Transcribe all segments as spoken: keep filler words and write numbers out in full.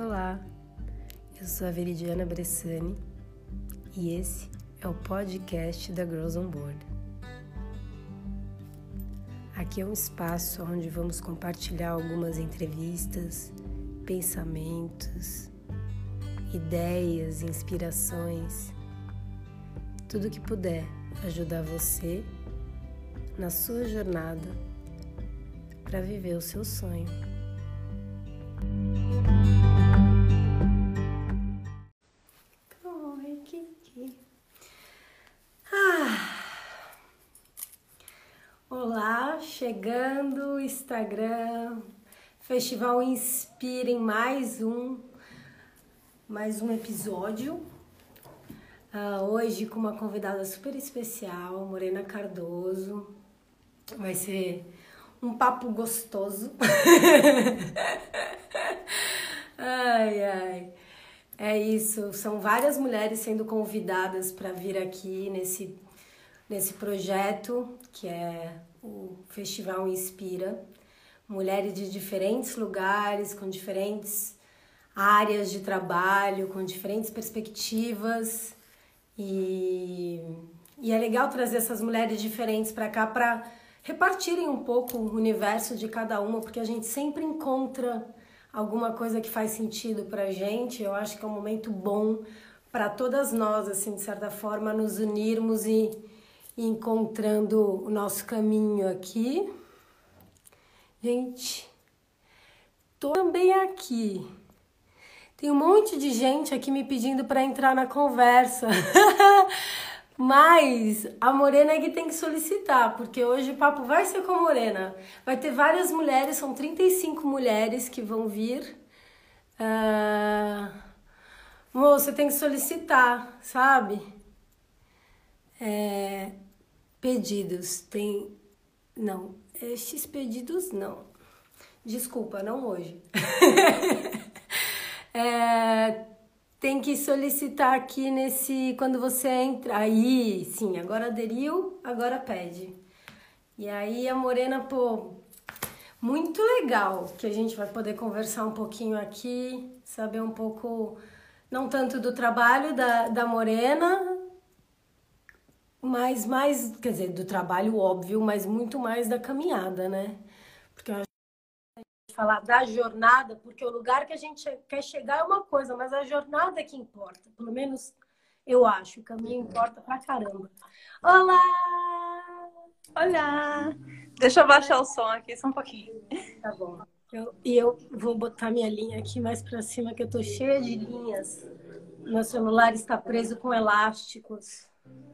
Olá, eu sou a Veridiana Bressani e esse é o podcast da Girls on Board. Aqui é um espaço onde vamos compartilhar algumas entrevistas, pensamentos, ideias, inspirações, tudo que puder ajudar você na sua jornada para viver o seu sonho. Oi, Kiki. Ah. Olá, chegando o Instagram, Festival Inspira em mais um, mais um episódio. Uh, hoje com uma convidada super especial, Morena Cardoso. Vai ser um papo gostoso. Ai, ai. É isso, são várias mulheres sendo convidadas para vir aqui nesse, nesse projeto que é o Festival Inspira. Mulheres de diferentes lugares, com diferentes áreas de trabalho, com diferentes perspectivas. E, e é legal trazer essas mulheres diferentes para cá para repartirem um pouco o universo de cada uma, porque a gente sempre encontra alguma coisa que faz sentido pra gente. Eu acho que é um momento bom para todas nós, assim, de certa forma, nos unirmos e, e encontrando o nosso caminho aqui. Gente, tô também aqui. Tem um monte de gente aqui me pedindo para entrar na conversa. Mas a Morena é que tem que solicitar, porque hoje o papo vai ser com a Morena. Vai ter várias mulheres, são trinta e cinco mulheres que vão vir. Uh... Moça, tem que solicitar, sabe? É... Pedidos, tem... Não, estes pedidos não. Desculpa, não hoje. é... Tem que solicitar aqui nesse... Quando você entra... Aí, sim, agora aderiu, agora pede. E aí a Morena, pô... Muito legal que a gente vai poder conversar um pouquinho aqui, saber um pouco... Não tanto do trabalho da, da Morena, mas mais... Quer dizer, do trabalho óbvio, mas muito mais da caminhada, né? Porque eu falar da jornada, porque o lugar que a gente quer chegar é uma coisa, mas a jornada é que importa. Pelo menos eu acho, o caminho importa pra caramba. Olá! Olá! Deixa eu baixar o som aqui só um pouquinho. Tá bom. Eu, e eu vou botar minha linha aqui mais pra cima, que eu tô cheia de linhas. Meu celular está preso com elásticos.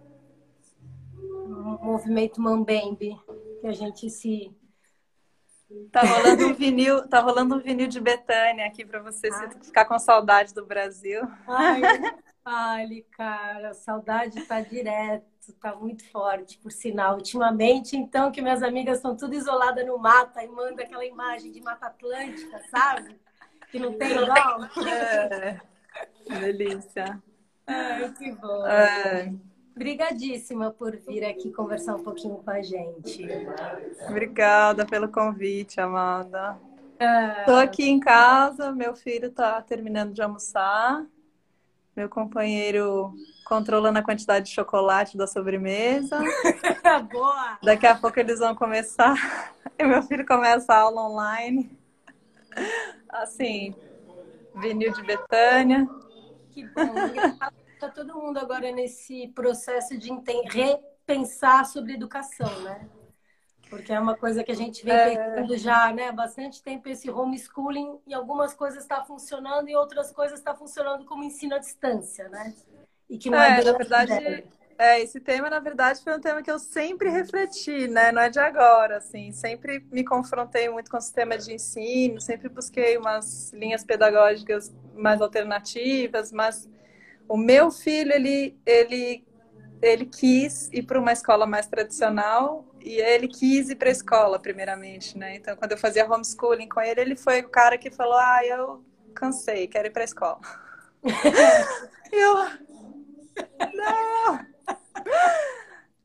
Um movimento mambembe, que a gente se... Tá rolando um vinil, tá rolando um vinil de Bethânia aqui para você ah. se ficar com saudade do Brasil. Ai, fale, cara, a saudade tá direto, tá muito forte, por sinal. Ultimamente, então, que minhas amigas estão tudo isoladas no mato, e manda aquela imagem de Mata Atlântica, sabe? Que não tem igual. É, delícia. Ai, que bom. É. Obrigadíssima por vir aqui conversar um pouquinho com a gente. Obrigada pelo convite, Amanda. Ah. Tô aqui em casa, meu filho tá terminando de almoçar, meu companheiro controlando a quantidade de chocolate da sobremesa. Boa! Daqui a pouco eles vão começar, e meu filho começa a aula online. Assim, vinil de Bethânia. Que bom! Tá todo mundo agora nesse processo de repensar sobre educação, né? Porque é uma coisa que a gente vem é... pensando já, né? Há bastante tempo esse homeschooling, e algumas coisas estão funcionando e outras coisas estão funcionando como ensino à distância, né? E que não é, é na verdade, é, esse tema, na verdade, foi um tema que eu sempre refleti, né? Não é de agora, assim. Sempre me confrontei muito com o sistema de ensino, sempre busquei umas linhas pedagógicas mais alternativas, mas o meu filho, ele, ele, ele quis ir para uma escola mais tradicional e ele quis ir para a escola, primeiramente, né? Então, quando eu fazia homeschooling com ele, ele foi o cara que falou, ah, eu cansei, quero ir para a escola. E eu, não!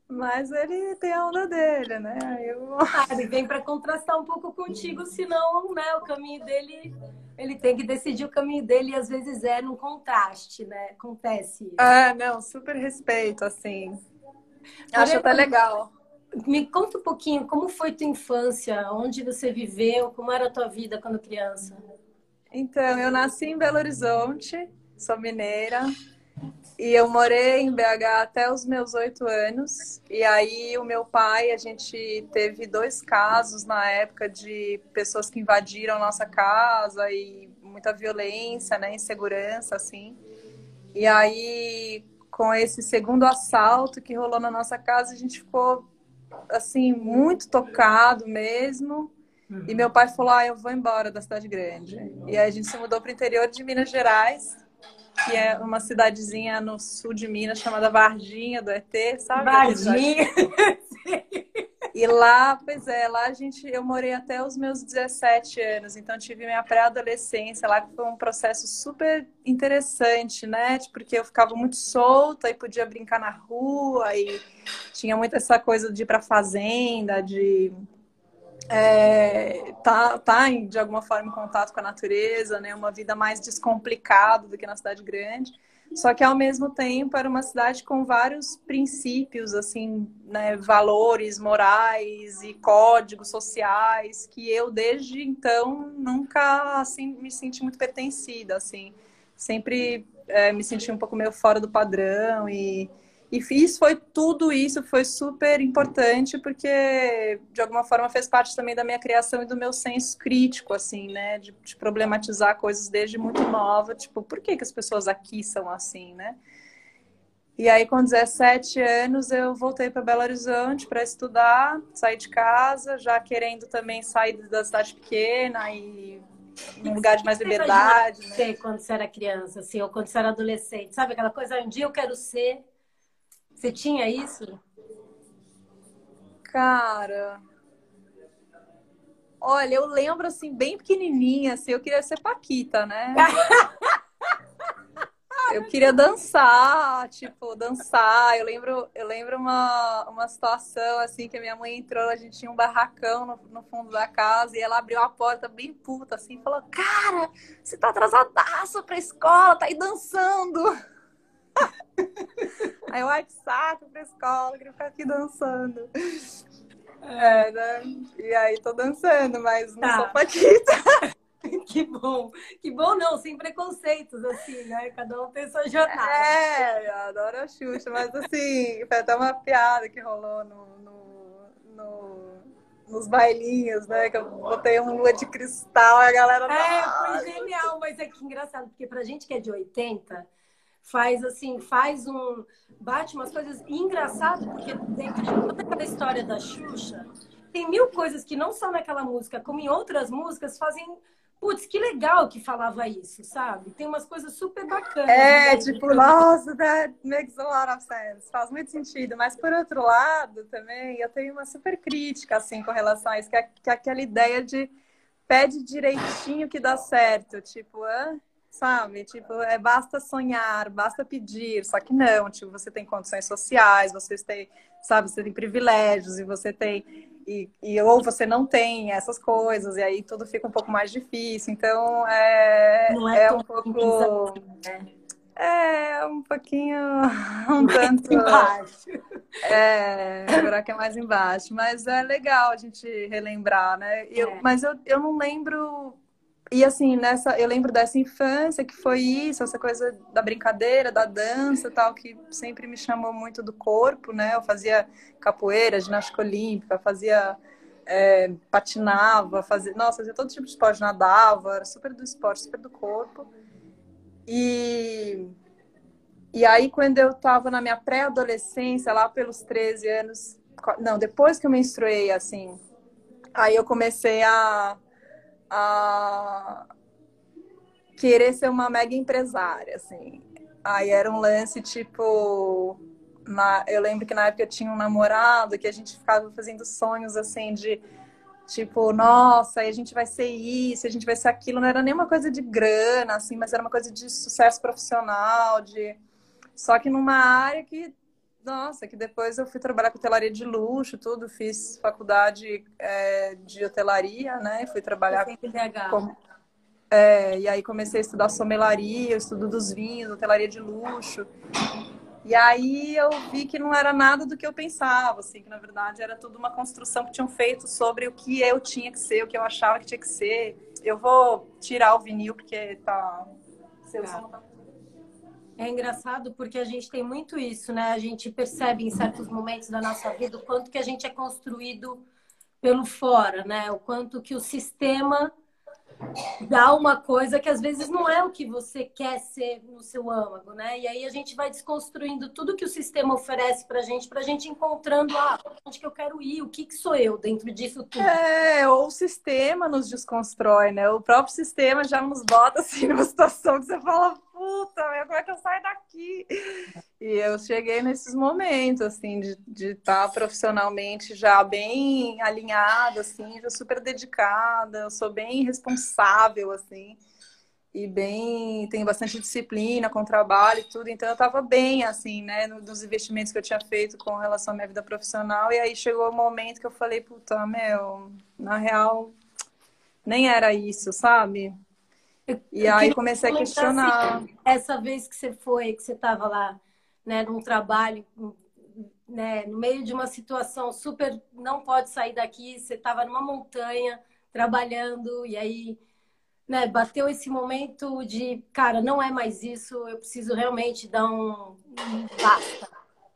Mas ele tem a onda dele, né? Aí eu... Ah, ele vem para contrastar um pouco contigo, senão, né, o caminho dele, ele tem que decidir o caminho dele e às vezes é num contraste, né? Acontece isso. Ah, não, super respeito, assim. Acho até Lorena, legal. me conta um pouquinho, como foi tua infância? Onde você viveu? Como era a tua vida quando criança? Então, eu nasci em Belo Horizonte, sou mineira, e eu morei em B H até os meus oito anos. E aí, o meu pai, a gente teve dois casos na época de pessoas que invadiram nossa casa e muita violência, né, insegurança, assim. E aí, com esse segundo assalto que rolou na nossa casa, a gente ficou, assim, muito tocado mesmo. E meu pai falou, ah, eu vou embora da cidade grande. E aí a gente se mudou para o interior de Minas Gerais, que é uma cidadezinha no sul de Minas chamada Varginha do E T, sabe? O E T de Varginha. Varginha. E lá, pois é, lá a gente, eu morei até os meus dezessete anos, então tive minha pré-adolescência lá, que foi um processo super interessante, né? Tipo, porque eu ficava muito solta e podia brincar na rua e tinha muito essa coisa de ir pra fazenda, de é, tá, tá em, de alguma forma em contato com a natureza, né? Uma vida mais descomplicada do que na cidade grande. Só que ao mesmo tempo era uma cidade com vários princípios, assim, né, valores morais e códigos sociais que eu desde então nunca assim me senti muito pertencida, assim, sempre é, me senti um pouco meio fora do padrão e e fiz foi tudo isso foi super importante porque de alguma forma fez parte também da minha criação e do meu senso crítico, assim, né, de, de problematizar coisas desde muito nova, tipo, por que que as pessoas aqui são assim, né? E aí com dezessete anos eu voltei para Belo Horizonte para estudar, saí de casa, já querendo também sair da cidade pequena e O um que lugar de mais você imaginava liberdade, né? ser quando você era criança, assim, ou quando você era adolescente? Sabe aquela coisa, "Ah, um dia eu quero ser. Você tinha isso? Cara, olha, eu lembro assim, bem pequenininha, assim, eu queria ser Paquita, né? Eu queria dançar, tipo, dançar. Eu lembro, eu lembro uma, uma situação assim que a minha mãe entrou, a gente tinha um barracão no, no fundo da casa e ela abriu a porta bem puta assim, e falou: "Cara, você tá atrasadaço pra escola, tá aí dançando". Aí eu, ai, que saco pra escola, queria ficar aqui dançando. É, né? E aí tô dançando, mas não sou Tá, Paquita. que bom. Que bom não, sem preconceitos, assim, né? Cada um tem sua jornada. É, eu adoro a Xuxa, mas assim, foi até uma piada que rolou no, no, no- nos bailinhos, né? Que eu botei um lua de cristal e a galera. É, foi Nossa! genial, mas é que engraçado, porque pra gente que é de oitenta faz assim, faz um. Bate umas coisas. E engraçado, porque dentro de toda aquela história da Xuxa, tem mil coisas que não são naquela música, como em outras músicas, fazem. Putz, que legal que falava isso, sabe? Tem umas coisas super bacanas no É, meio tipo, também. nossa, that makes a lot of sense. Faz muito sentido. Mas, por outro lado, também, eu tenho uma super crítica, assim, com relação a isso, que é, que é aquela ideia de pede direitinho que dá certo. Tipo, hã? Sabe? Tipo, é basta sonhar, basta pedir. Só que não, tipo, você tem condições sociais, você tem, sabe, você tem privilégios e você tem. E, e ou você não tem essas coisas, e aí tudo fica um pouco mais difícil. Então, é, Não é é tão um simples assim, pouco. né? É um pouquinho, um Mais tanto, embaixo. é, o buraco é mais embaixo, mas é legal a gente relembrar, né? E Eu, É. mas eu, eu não lembro, e assim, nessa, eu lembro dessa infância que foi isso, essa coisa da brincadeira, da dança, tal, que sempre me chamou muito do corpo, né? Eu fazia capoeira, ginástica olímpica, fazia, é, patinava, fazia, nossa, fazia todo tipo de esporte, nadava, era super do esporte, super do corpo. E E aí, quando eu estava na minha pré-adolescência, lá pelos treze anos, não, depois que eu menstruei, assim, aí eu comecei a, a querer ser uma mega empresária, assim. Aí era um lance, tipo, na, eu lembro que na época eu tinha um namorado que a gente ficava fazendo sonhos, assim, de, tipo, nossa, aí a gente vai ser isso, a gente vai ser aquilo. Não era nem uma coisa de grana, assim, mas era uma coisa de sucesso profissional, de... Só que numa área que nossa, que depois eu fui trabalhar com hotelaria de luxo, tudo, fiz faculdade é, de hotelaria, né? Fui Você trabalhar tem T D A H. como, é, e aí comecei a estudar sommelaria, o estudo dos vinhos, hotelaria de luxo. E aí eu vi que não era nada do que eu pensava, assim, que na verdade era tudo uma construção que tinham feito sobre o que eu tinha que ser, o que eu achava que tinha que ser. Eu vou tirar o vinil porque tá. Seu Tá. som tá... É engraçado porque a gente tem muito isso, né? A gente percebe em certos momentos da nossa vida o quanto que a gente é construído pelo fora, né? O quanto que o sistema dá uma coisa que às vezes não é o que você quer ser no seu âmago, né? E aí a gente vai desconstruindo tudo que o sistema oferece pra gente, pra gente encontrando, ah, onde que eu quero ir, o que que sou eu dentro disso tudo. É, ou o sistema nos desconstrói, né? O próprio sistema já nos bota assim numa situação que você fala, puta, meu, como é que eu saio daqui? E eu cheguei nesses momentos, assim, de estar profissionalmente já bem alinhada, assim, já super dedicada, eu sou bem responsável, assim, e bem, tenho bastante disciplina com o trabalho e tudo, então eu estava bem, assim, né, nos investimentos que eu tinha feito com relação à minha vida profissional, e aí chegou o momento que eu falei, puta, meu, na real, nem era isso, sabe? Eu, E eu aí queria comecei a comentar assim, questionar. essa vez que você foi, que você estava lá, né, num trabalho, né, no meio de uma situação super, não pode sair daqui, você estava numa montanha trabalhando e aí, né, bateu esse momento de, cara, não é mais isso, eu preciso realmente dar um, um basta.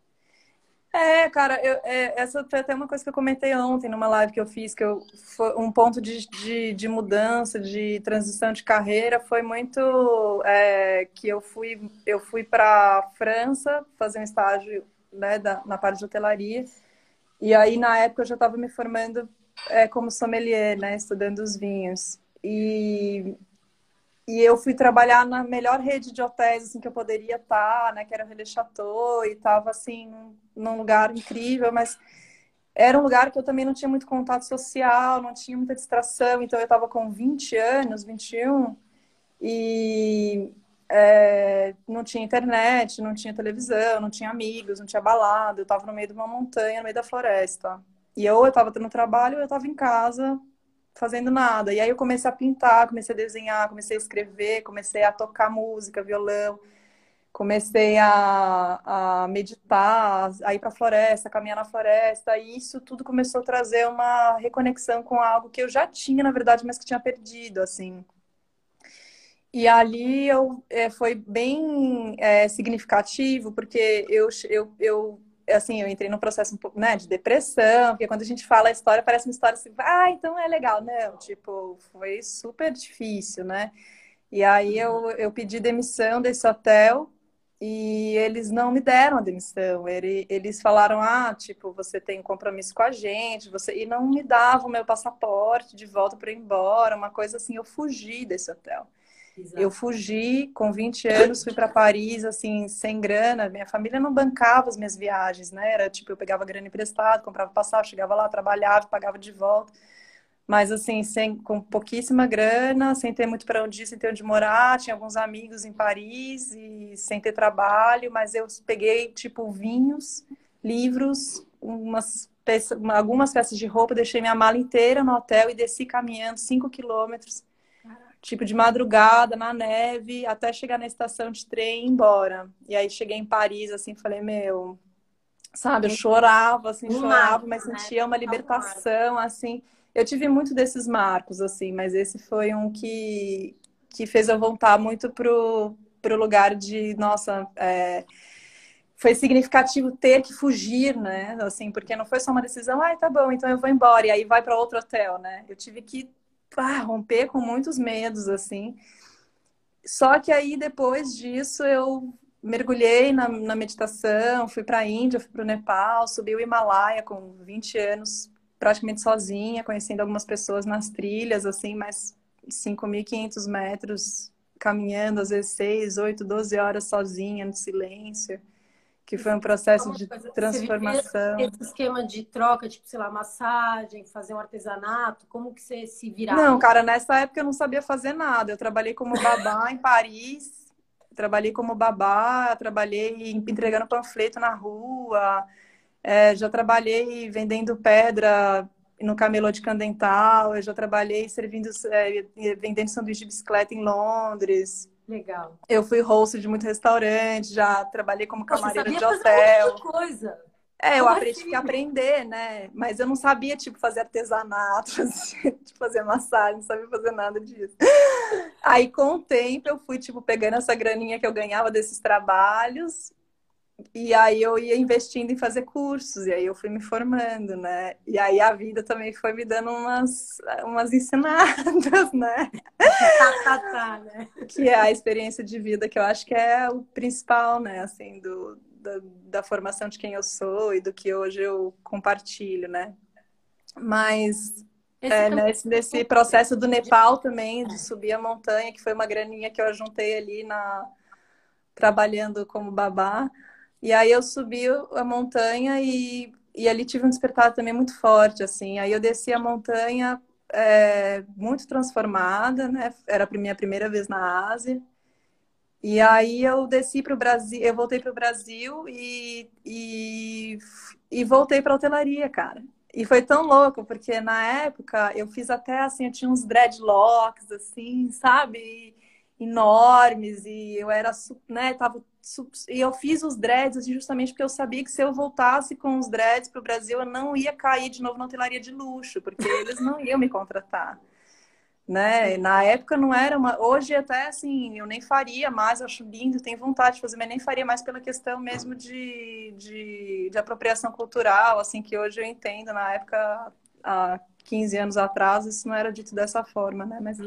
É, cara, eu, é, essa foi até uma coisa que eu comentei ontem numa live que eu fiz, que eu, foi um ponto de, de, de mudança, de transição de carreira, foi muito é, que eu fui, eu fui para França fazer um estágio, né, da, na parte de hotelaria, e aí na época eu já estava me formando é, como sommelier, né, estudando os vinhos. E e eu fui trabalhar na melhor rede de hotéis assim, que eu poderia estar, né? Que era o Relais Chateau, e estava assim, num, num lugar incrível, mas era um lugar que eu também não tinha muito contato social, não tinha muita distração, então eu estava com vinte anos, vinte e um, e é, não tinha internet, não tinha televisão, não tinha amigos, não tinha balada, eu estava no meio de uma montanha, no meio da floresta. E ou eu estava no trabalho ou eu estava em casa fazendo nada. E aí eu comecei a pintar, comecei a desenhar, comecei a escrever, comecei a tocar música, violão, comecei a, a meditar, a ir para a floresta, a caminhar na floresta. E isso tudo começou a trazer uma reconexão com algo que eu já tinha, na verdade, mas que tinha perdido, assim. E ali eu, é, foi bem é, significativo, porque eu, eu, eu, assim, eu entrei num processo um pouco, né, de depressão, porque quando a gente fala a história, parece uma história assim, ah, então é legal. Não, tipo, foi super difícil, né? E aí eu, eu pedi demissão desse hotel e eles não me deram a demissão. Ele, eles falaram, ah, tipo, você tem um compromisso com a gente, você... e não me davam o meu passaporte de volta para ir embora, uma coisa assim, eu fugi desse hotel. Eu Exato. fugi com vinte anos, fui para Paris, assim, sem grana. Minha família não bancava as minhas viagens, né? Era tipo, eu pegava grana emprestada, comprava passagem, chegava lá, trabalhava, pagava de volta. Mas, assim, sem, com pouquíssima grana, sem ter muito para onde ir, sem ter onde morar. Tinha alguns amigos em Paris e sem ter trabalho. Mas eu peguei, tipo, vinhos, livros, umas peças, algumas peças de roupa, deixei minha mala inteira no hotel e desci caminhando cinco quilômetros tipo de madrugada, na neve, até chegar na estação de trem e ir embora. E aí cheguei em Paris, assim, falei, meu, sabe, eu chorava, assim, Um chorava, marco, mas né? sentia uma Um marco. libertação, assim. Eu tive muito desses marcos, assim, mas esse foi um que, que fez eu voltar muito pro, pro lugar de, nossa, é, foi significativo ter que fugir, né? Assim, porque não foi só uma decisão, ai, tá bom, então eu vou embora, e aí vai para outro hotel, né? Eu tive que ah, romper com muitos medos, assim. Só que aí, depois disso, eu mergulhei na, na meditação, fui para a Índia, fui para o Nepal, subi o Himalaia com vinte anos, praticamente sozinha, conhecendo algumas pessoas nas trilhas, assim, mais cinco mil e quinhentos metros, caminhando, às vezes seis, oito, doze horas sozinha, no silêncio, que E foi um fala processo uma de coisa, você vivia transformação. esse esquema de troca, tipo, sei lá, massagem, fazer um artesanato, como que você se Não, virava? cara, nessa época eu não sabia fazer nada. Eu trabalhei como babá em Paris. trabalhei como babá, trabalhei entregando panfleto na rua, é, já trabalhei vendendo pedra no camelô de Candental, eu já trabalhei servindo, é, vendendo sanduíche de bicicleta em Londres. Legal. Eu fui host de muito restaurante, já trabalhei como Poxa, você camareira sabia de fazer um monte hotel. de coisa. É, eu Como aprendi, tive que assim? aprender, né? Mas eu não sabia, tipo, fazer artesanato, assim, tipo, fazer massagem, não sabia fazer nada disso. Aí, com o tempo, eu fui, tipo, pegando essa graninha que eu ganhava desses trabalhos, e aí eu ia investindo em fazer cursos, e aí eu fui me formando, né? E aí a vida também foi me dando umas, umas ensinadas, né? Tá, tá, tá, né? Que é a experiência de vida, que eu acho que é o principal, né? Assim, do, da, da formação de quem eu sou e do que hoje eu compartilho, né? Mas Esse é, caminho nesse, nesse é processo do de... Nepal também, de subir a montanha, que foi uma graninha que eu juntei ali na, trabalhando como babá. E aí eu subi a montanha e, e ali tive um despertar também muito forte, assim. Aí eu desci a montanha é, muito transformada, né? Era a minha primeira vez na Ásia. E aí eu desci para o Brasil, eu voltei para o Brasil e, e, e voltei para hotelaria, cara. E foi tão louco, porque na época eu fiz até assim, eu tinha uns dreadlocks, assim, sabe? Enormes, e eu era, né, tava, e eu fiz os dreads assim, justamente porque eu sabia que se eu voltasse com os dreads para o Brasil, eu não ia cair de novo na hotelaria de luxo, porque eles não iam me contratar, né? Na época não era uma. Hoje até assim, eu nem faria mais, eu acho lindo, tenho vontade de fazer, mas nem faria mais pela questão mesmo de, de, de apropriação cultural, assim, que hoje eu entendo. Na época, há quinze anos atrás, isso não era dito dessa forma, né? Mas,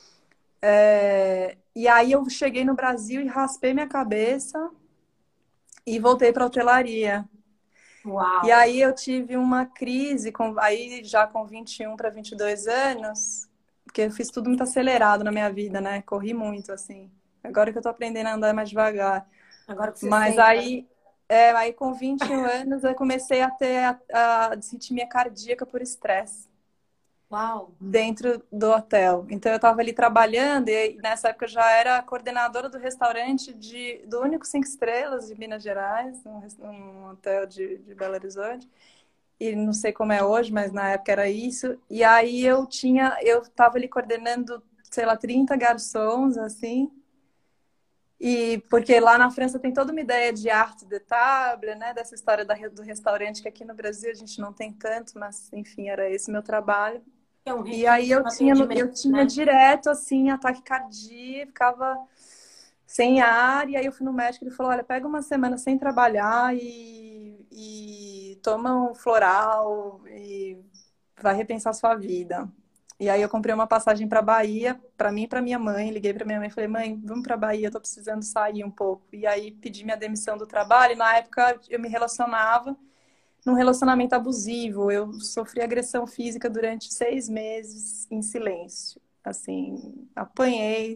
é... E aí eu cheguei no Brasil e raspei minha cabeça e voltei para a hotelaria. E Uau! aí eu tive uma crise, com, aí já com vinte e um para vinte e dois anos, porque eu fiz tudo muito acelerado na minha vida, né? Corri muito, assim. Agora que eu tô aprendendo a andar mais devagar. Agora que você Mas senta, né? aí, é, aí com vinte e um anos eu comecei a ter a, a disritmia cardíaca por estresse Uau! dentro do hotel. Então eu estava ali trabalhando e nessa época eu já era coordenadora do restaurante de, do único cinco estrelas de Minas Gerais, um, um hotel de, de Belo Horizonte. E não sei como é hoje, mas na época era isso. E aí eu tinha, eu estava ali coordenando, sei lá, trinta garçons, assim. E porque lá na França tem toda uma ideia de arte de table, né? Dessa história da, do restaurante que aqui no Brasil a gente não tem tanto, mas enfim, era esse meu trabalho. É um E aí requinte eu no tinha, atendimento, eu tinha né? direto assim ataque cardíaco, ficava sem ar, e aí eu fui no médico e ele falou, olha, pega uma semana sem trabalhar e, e toma um floral e vai repensar sua vida. E aí eu comprei uma passagem para Bahia, para mim e para minha mãe, liguei para minha mãe e falei, mãe, vamos para Bahia, eu tô precisando sair um pouco. E aí pedi minha demissão do trabalho, e na época eu me relacionava num relacionamento abusivo, eu sofri agressão física durante seis meses em silêncio. Assim, apanhei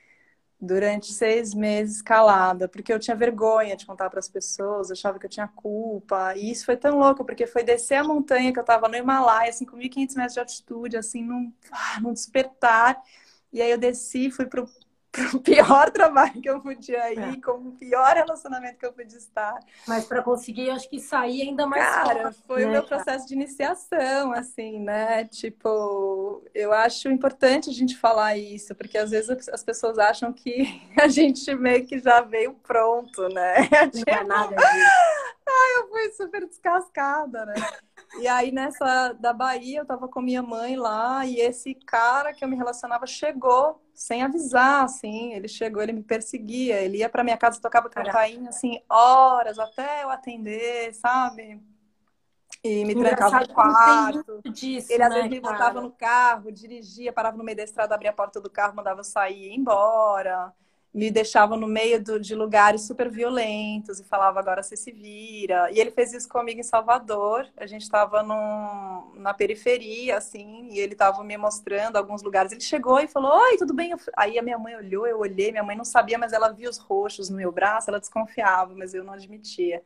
durante seis meses calada, porque eu tinha vergonha de contar para as pessoas, eu achava que eu tinha culpa. E isso foi tão louco, porque foi descer a montanha que eu estava no Himalaia, cinco mil e quinhentos metros de altitude, assim, num, ah, num despertar. E aí eu desci, fui pro, pro pior trabalho que eu podia É. ir, com o pior relacionamento que eu podia estar. Mas para conseguir, acho que sair ainda mais Cara, forte, foi o né, meu cara? processo de iniciação, assim, né? Tipo, eu acho importante a gente falar isso, porque às vezes as pessoas acham que a gente meio que já veio pronto, né? Não é Tipo, nada disso. eu fui super descascada, né? E aí nessa da Bahia, eu tava com minha mãe lá, e esse cara que eu me relacionava chegou sem avisar, assim, ele chegou, ele me perseguia, ele ia pra minha casa, tocava Cara, campainha, assim, horas até eu atender, sabe? E me trancava no engraçado como tem muito quarto. Ele disso, às vezes né, me botava cara? no carro, dirigia, parava no meio da estrada, abria a porta do carro, mandava eu sair e ir embora. Me deixava no meio do, de lugares super violentos e falava, agora você se vira. E ele fez isso comigo em Salvador. A gente estava na periferia, assim, e ele estava me mostrando alguns lugares. Ele chegou e falou, oi, tudo bem? Eu- Aí a minha mãe olhou, eu olhei, minha mãe não sabia, mas ela via os roxos no meu braço, ela desconfiava, mas eu não admitia.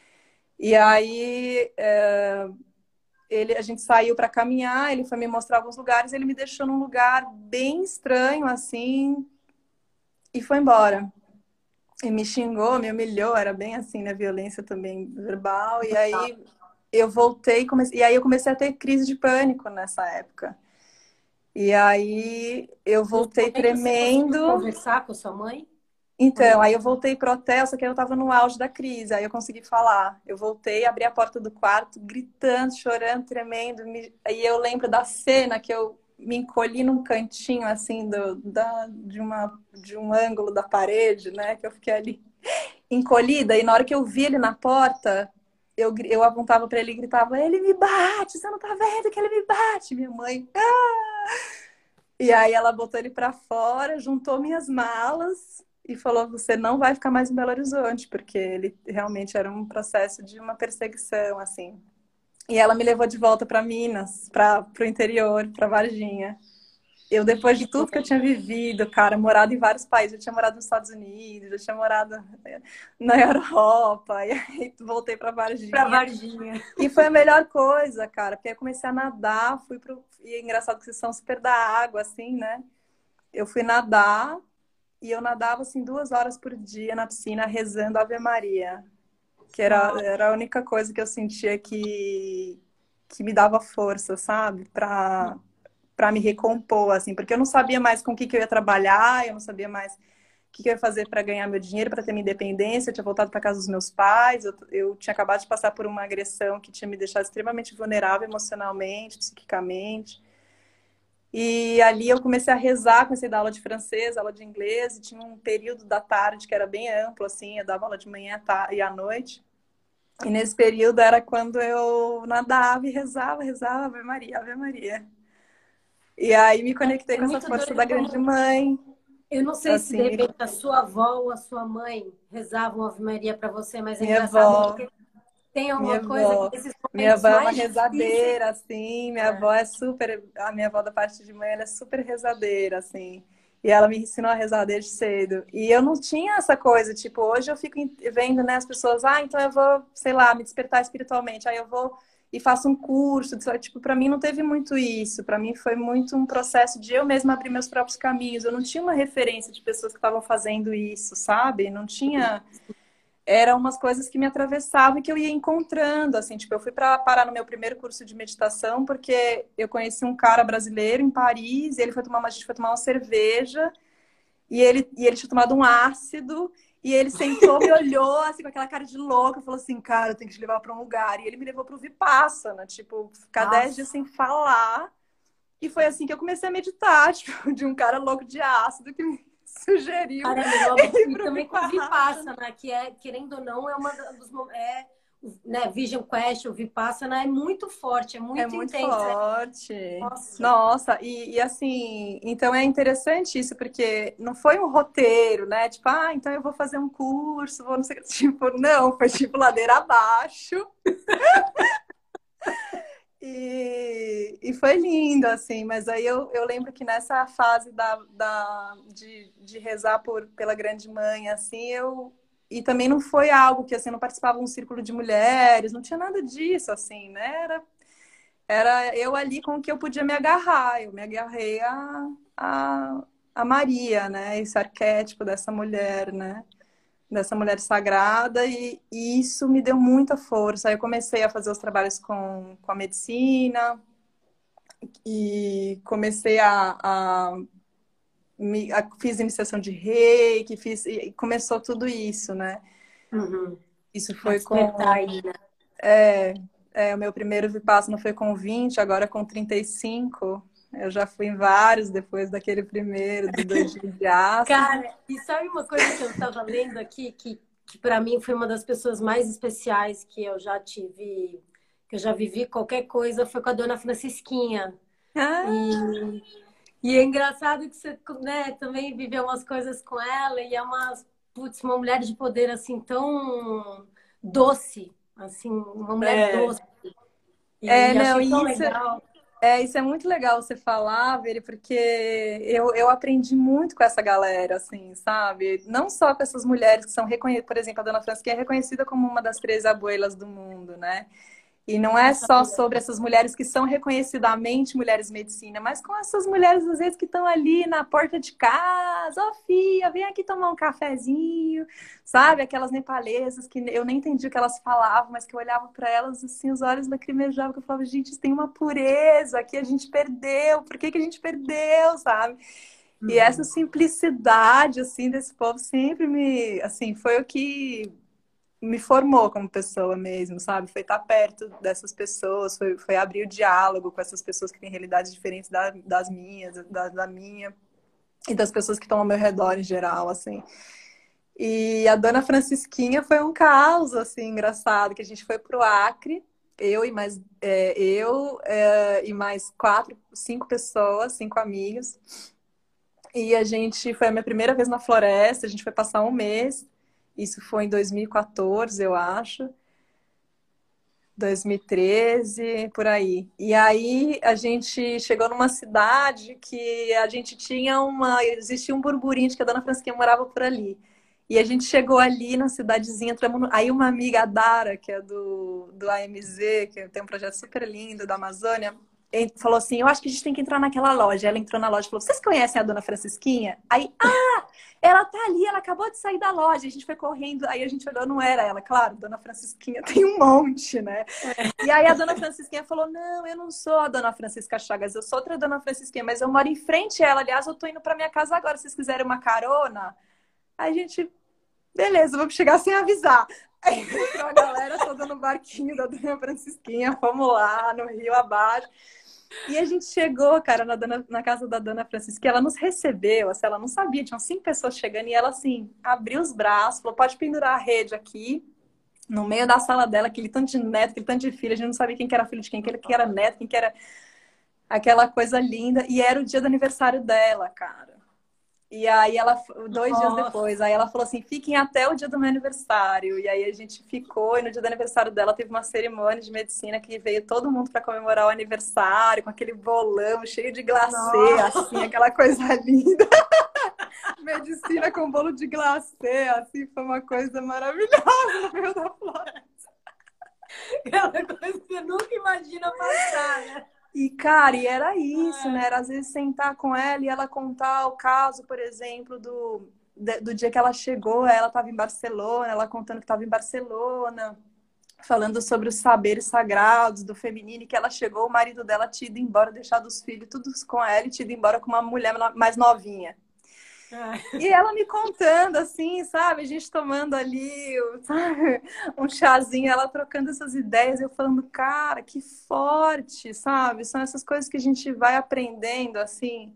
E aí, é, ele, a gente saiu para caminhar, ele foi me mostrar alguns lugares, ele me deixou num lugar bem estranho, assim, e foi embora. e me xingou, me humilhou, era bem assim, né? Violência também verbal. E aí eu voltei, comecei, e aí eu comecei a ter crise de pânico nessa época. E aí eu Nesse voltei momento você conseguiu tremendo. conversar com sua mãe? Ou Então, não? aí eu voltei pro hotel, só que eu tava no auge da crise, aí eu consegui falar. Eu voltei, abri a porta do quarto, gritando, chorando, tremendo. Me... Aí eu lembro da cena que eu me encolhi num cantinho, assim, do, da, de, uma, de um ângulo da parede, né? Que eu fiquei ali encolhida. E na hora que eu vi ele na porta, eu, gri- eu apontava pra ele e gritava: ele me bate, você não tá vendo que ele me bate? Minha mãe. E aí ela botou ele pra fora, juntou minhas malas e falou: você não vai ficar mais em Belo Horizonte, porque ele realmente era um processo de uma perseguição, assim. E ela me levou de volta para Minas, para o interior, para Varginha. Eu, depois de tudo que eu tinha vivido, cara, morado em vários países, eu tinha morado nos Estados Unidos, eu tinha morado na Europa, e aí voltei para Para Varginha. Varginha. E foi a melhor coisa, cara, porque aí eu comecei a nadar, fui pro... E é engraçado que vocês são super da água, assim, né? Eu fui nadar e eu nadava, assim, duas horas por dia na piscina, rezando Ave Maria, que era, Uau. era a única coisa que eu sentia que, que me dava força, sabe? Pra, pra me recompor, assim, porque eu não sabia mais com o que, que eu ia trabalhar, eu não sabia mais o que, que eu ia fazer para ganhar meu dinheiro, para ter minha independência. Eu tinha voltado para casa dos meus pais, eu, eu tinha acabado de passar por uma agressão que tinha me deixado extremamente vulnerável emocionalmente, psiquicamente. E ali eu comecei a rezar, comecei a dar aula de francês, aula de inglês, e tinha um período da tarde que era bem amplo, assim, eu dava aula de manhã e à noite. E nesse período era quando eu nadava e rezava, rezava, Ave Maria, Ave Maria. E aí me conectei É com essa muito força doido da grande como. mãe, Eu não sei se de assim, me- repente a sua avó ou a sua mãe rezavam Ave Maria para você, mas é minha engraçado avó, porque tem minha alguma coisa que avó. nesses Minha momentos avó é uma mais difíceis. rezadeira, assim, minha É. avó é super, a minha avó da parte de mãe, ela é super rezadeira, assim. E ela me ensinou a rezar desde cedo. E eu não tinha essa coisa, tipo, hoje eu fico vendo, né, as pessoas, ah, então eu vou, sei lá, me despertar espiritualmente, aí eu vou e faço um curso, tipo, para mim não teve muito isso, para mim foi muito um processo de eu mesma abrir meus próprios caminhos. Eu não tinha uma referência de pessoas que estavam fazendo isso, sabe? Não tinha eram umas coisas que me atravessavam e que eu ia encontrando, assim, tipo, eu fui para parar no meu primeiro curso de meditação porque eu conheci um cara brasileiro em Paris, e ele foi tomar uma, a gente foi tomar uma cerveja, e ele, e ele tinha tomado um ácido, e ele sentou, me olhou, assim, com aquela cara de louco, e falou assim, cara, eu tenho que te levar para um lugar, e ele me levou para o Vipassana, tipo, ficar dez dias Nossa. sem falar, e foi assim que eu comecei a meditar, tipo, de um cara louco de ácido que me sugeriu Caramba, e logo ir e pro também com Vipassana. Vipassana, que é, querendo ou não, é uma dos mo- é, né, Vision Quest, o Vipassana é muito forte, é É muito muito intenso. É, forte. nossa. Nossa, e, e assim, então é interessante isso, porque não foi um roteiro, né? Tipo, ah, então eu vou fazer um curso, vou não sei o que. Tipo, não, foi tipo ladeira abaixo. E, e foi lindo, assim, mas aí eu, eu lembro que nessa fase da, da, de, de rezar por, pela grande mãe, assim, eu. E também não foi algo que, assim, não participava de um círculo de mulheres, não tinha nada disso, assim, né? Era Era eu ali com o que eu podia me agarrar. Eu me agarrei a, a, a Maria, né? Esse arquétipo dessa mulher, né? Dessa mulher sagrada, e, e isso me deu muita força. Aí eu comecei a fazer os trabalhos com, com a medicina, e comecei a, a, me, a fiz iniciação de reiki, fiz, e começou tudo isso, né? Uhum. Isso A foi despertar com. aí, né? É, é, o meu primeiro Vipassana foi com vinte, agora com trinta e cinco. Eu já fui em vários depois daquele primeiro, de dois dias de ácido. Cara, e sabe uma coisa que eu estava lendo aqui, que, que para mim foi uma das pessoas mais especiais que eu já tive, que eu já vivi qualquer coisa, foi com a dona Francisquinha. Ah, E, e é engraçado que você, né, também viveu umas coisas com ela, e é uma, putz, uma mulher de poder assim tão doce, assim, uma mulher é, doce. é, E não, achei tão e isso, legal. é, isso é muito legal você falar, Veri, porque eu, eu aprendi muito com essa galera, assim, sabe? Não só com essas mulheres que são reconhecidas, por exemplo, a Dona Francisca é reconhecida como uma das três abuelas do mundo, né? E não é só sobre essas mulheres que são reconhecidamente mulheres medicina, mas com essas mulheres, às vezes, que estão ali na porta de casa. Ó, oh, filha, vem aqui tomar um cafezinho, sabe? Aquelas nepalesas que eu nem entendi o que elas falavam, mas que eu olhava para elas, assim, os olhos lacrimejavam, que eu falava, gente, isso tem uma pureza que a gente perdeu. Por que que a gente perdeu, sabe? E essa simplicidade, assim, desse povo sempre me, assim, foi o que me formou como pessoa mesmo, sabe? Foi estar perto dessas pessoas, foi, foi abrir o diálogo com essas pessoas que têm realidades diferentes da, das minhas, da, da minha, e das pessoas que estão ao meu redor em geral, assim. E a Dona Francisquinha foi um caos, assim, engraçado, que a gente foi pro Acre, eu e mais, é, eu é, e mais quatro, cinco pessoas, cinco amigos. E a gente, foi a minha primeira vez na floresta, a gente foi passar um mês. Isso foi em dois mil e quatorze, eu acho. dois mil e treze, por aí. E aí a gente chegou numa cidade que a gente tinha uma... Existia um burburinho de que a Dona Francisquinha morava por ali. E a gente chegou ali na cidadezinha, entramos no... Aí uma amiga, a Dara, que é do, do A M Z, que tem um projeto super lindo da Amazônia, falou assim, eu acho que a gente tem que entrar naquela loja. Ela entrou na loja e falou, vocês conhecem a Dona Francisquinha? Aí, ah, ela tá ali, ela acabou de sair da loja. A gente foi correndo, aí a gente olhou, não era ela. Claro, Dona Francisquinha tem um monte, né? E aí a Dona Francisquinha falou, não, eu não sou a Dona Francisca Chagas, eu sou outra Dona Francisquinha, mas eu moro em frente a ela. Aliás, eu tô indo pra minha casa agora, se vocês quiserem uma carona. Aí a gente, beleza, vamos chegar sem avisar. Aí entrou a galera toda no barquinho da Dona Francisquinha, fomos lá no rio abaixo. E a gente chegou, cara, na, dona, na casa da Dona Francisca, ela nos recebeu, assim, ela não sabia, tinham cinco pessoas chegando, e ela, assim, abriu os braços, falou, pode pendurar a rede aqui, no meio da sala dela, aquele tanto de neto, aquele tanto de filho, a gente não sabia quem que era filho de quem, quem que era neto, quem que era aquela coisa linda, e era o dia do aniversário dela, cara. E aí ela, dois Nossa. dias depois, aí ela falou assim, fiquem até o dia do meu aniversário. E aí a gente ficou, e no dia do aniversário dela teve uma cerimônia de medicina que veio todo mundo para comemorar o aniversário, com aquele bolão cheio de glacê, Nossa. assim, aquela coisa linda. Medicina com bolo de glacê, assim, foi uma coisa maravilhosa no meio da floresta. Aquela coisa que você nunca imagina passar, né? E, cara, e era isso, né? Era às vezes sentar com ela e ela contar o caso, por exemplo, do, do dia que ela chegou, ela estava em Barcelona, ela contando que estava em Barcelona, falando sobre os saberes sagrados do feminino, e que ela chegou, o marido dela tinha ido embora, deixado os filhos todos com ela e tinha ido embora com uma mulher mais novinha. E ela me contando, assim, sabe? A gente tomando ali, sabe? Um chazinho, ela trocando essas ideias. Eu falando, cara, que forte, sabe? São essas coisas que a gente vai aprendendo, assim,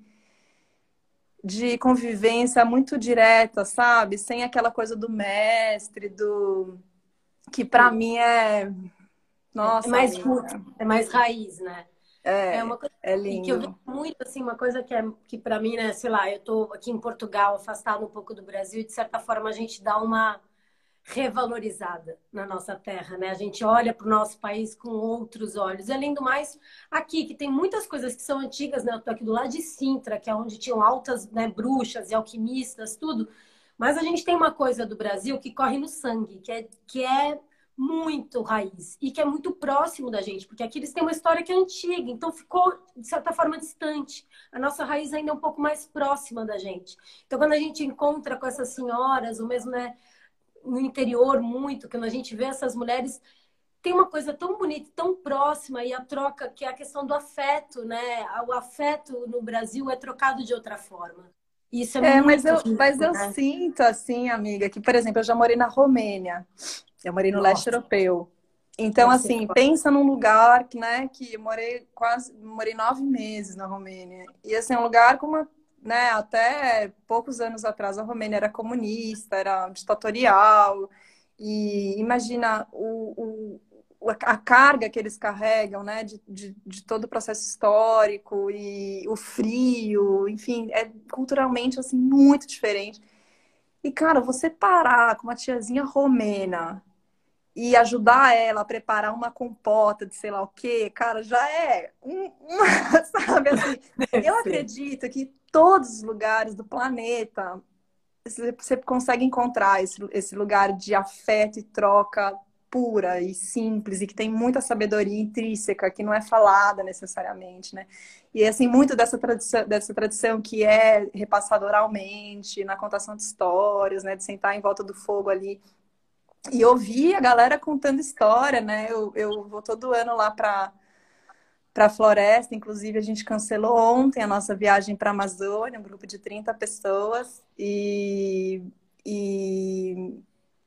de convivência muito direta, sabe? Sem aquela coisa do mestre, do... Que pra Sim. mim é... Nossa, é mais roots, é mais raiz, né? É, é uma coisa é lindo. que eu vejo muito, assim, uma coisa que, é, que para mim, né, sei lá, eu tô aqui em Portugal, afastado um pouco do Brasil, e de certa forma a gente dá uma revalorizada na nossa terra, né? A gente olha para o nosso país com outros olhos. E além do mais, aqui, que tem muitas coisas que são antigas, né? Eu tô aqui do lado de Sintra, que é onde tinham altas, né, bruxas e alquimistas, tudo. Mas a gente tem uma coisa do Brasil que corre no sangue, que é, que é muito raiz e que é muito próximo da gente, porque aqui eles têm uma história que é antiga, então ficou, de certa forma, distante. A nossa raiz ainda é um pouco mais próxima da gente. Então, quando a gente encontra com essas senhoras, ou mesmo, né, no interior muito, quando a gente vê essas mulheres, tem uma coisa tão bonita, tão próxima, e a troca, que é a questão do afeto, né? O afeto no Brasil é trocado de outra forma. Isso é, é muito mas eu, rico, mas eu né? sinto assim, amiga, que, por exemplo, eu já morei na Romênia. Eu morei no Nossa. leste europeu. Então, Nossa, assim, pensa num lugar que, né, que eu morei quase, morei nove meses na Romênia. E, assim, um lugar com uma, né, até poucos anos atrás a Romênia era comunista, era ditatorial. E imagina o, o, a carga que eles carregam, né, de, de, de todo o processo histórico e o frio, enfim, é culturalmente, assim, muito diferente. E, cara, você parar com uma tiazinha romena e ajudar ela a preparar uma compota de sei lá o quê, cara, já é um, uma, sabe, assim, eu acredito que todos os lugares do planeta você consegue encontrar esse, esse lugar de afeto e troca pura e simples e que tem muita sabedoria intrínseca que não é falada necessariamente, né? E assim, muito dessa tradição, dessa tradição que é repassada oralmente, na contação de histórias, né? De sentar em volta do fogo ali e ouvir a galera contando história, né? Eu, eu vou todo ano lá para para a floresta, inclusive a gente cancelou ontem a nossa viagem para a Amazônia, um grupo de trinta pessoas, e, e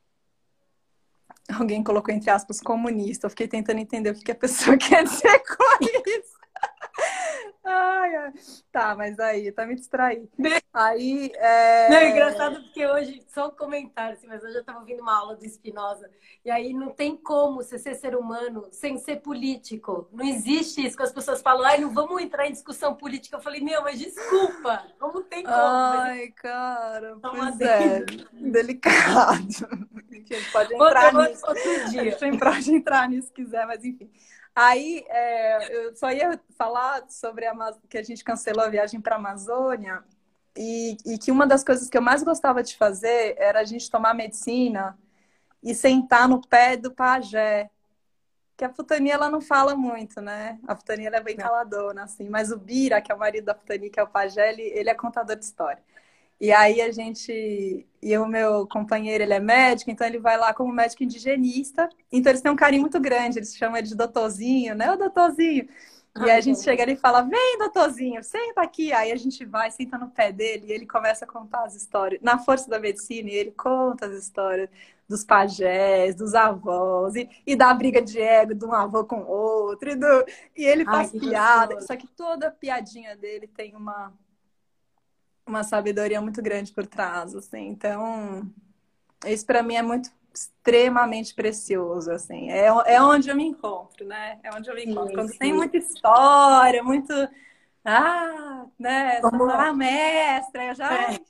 alguém colocou entre aspas comunista. Eu fiquei tentando entender o que a pessoa quer dizer com isso. Ai, ai. Tá, mas aí, tá me distraindo. Aí, é... Não, é engraçado porque hoje, só um comentário, assim, mas hoje eu estava ouvindo uma aula do Spinoza, e aí não tem como você ser ser humano sem ser político. Não existe isso, que as pessoas falam, ai, não vamos entrar em discussão política. Eu falei, meu, mas desculpa, não tem como. Ai, mas... cara, Tá pois é, delicado. Enfim, a gente pode entrar outro, nisso. outro dia. A gente pode entrar nisso se quiser, mas enfim. Aí, é, eu só ia falar sobre a, que a gente cancelou a viagem para a Amazônia e, e que uma das coisas que eu mais gostava de fazer era a gente tomar medicina e sentar no pé do pajé. Que a Futani, ela não fala muito, né? A Futani, ela é bem caladona, assim. Mas o Bira, que é o marido da Futani, que é o pajé, ele, ele é contador de história. E aí a gente... E o meu companheiro, ele é médico, então ele vai lá como médico indigenista. Então eles têm um carinho muito grande, eles chamam ele de doutorzinho, né? Ô, doutorzinho! E aí a gente chega ali e fala, vem, doutorzinho, senta aqui. Aí a gente vai, senta no pé dele e ele começa a contar as histórias. Na força da medicina, e ele conta as histórias dos pajés, dos avós, e, e da briga de ego de um avô com o outro. E, do... e ele Ai, faz piada. Gostoso. Só que toda piadinha dele tem uma, uma sabedoria muito grande por trás, assim. Então, isso para mim é muito extremamente precioso, assim. É, é onde eu me encontro, né? É onde eu me encontro. Sim, Quando sim. tem muita história, muito... Ah, né? Como... Ah, mestra, eu já... É.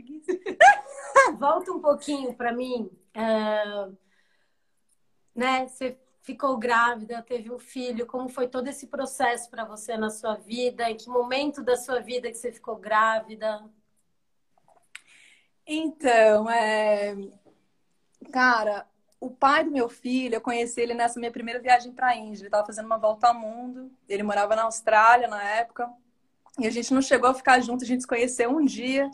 Volta um pouquinho para mim. Uh, né? Você ficou grávida, teve um filho. Como foi todo esse processo para você na sua vida? Em que momento da sua vida que você ficou grávida? Então, é... cara, o pai do meu filho, eu conheci ele nessa minha primeira viagem para a Índia. Ele estava fazendo uma volta ao mundo. Ele morava na Austrália na época. E a gente não chegou a ficar junto, a gente se conheceu um dia.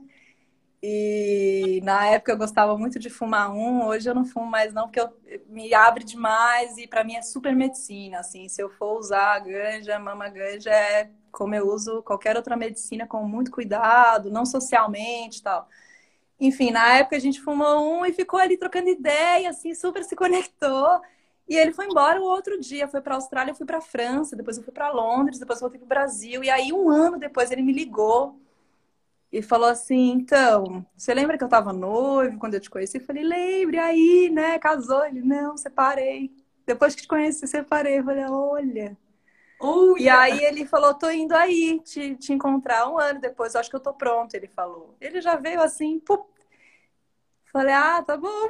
E na época eu gostava muito de fumar um, hoje eu não fumo mais não, porque eu, me abre demais e para mim é super medicina, assim, se eu for usar ganja, mama ganja é como eu uso qualquer outra medicina com muito cuidado, não socialmente e tal. Enfim, na época a gente fumou um e ficou ali trocando ideia, assim, super se conectou. E ele foi embora o outro dia, foi para a Austrália, eu fui para a França, depois eu fui para Londres, depois eu voltei para o Brasil. E aí um ano depois ele me ligou e falou assim, então, você lembra que eu tava noivo quando eu te conheci? Eu falei, lembre, aí, né, casou. Ele, não, separei. Depois que te conheci, separei. Eu falei, olha. Uh, e yeah. Aí ele falou, tô indo aí te, te encontrar um ano depois, eu acho que eu tô pronto, ele falou. Ele já veio assim, pum. Falei, ah, tá bom.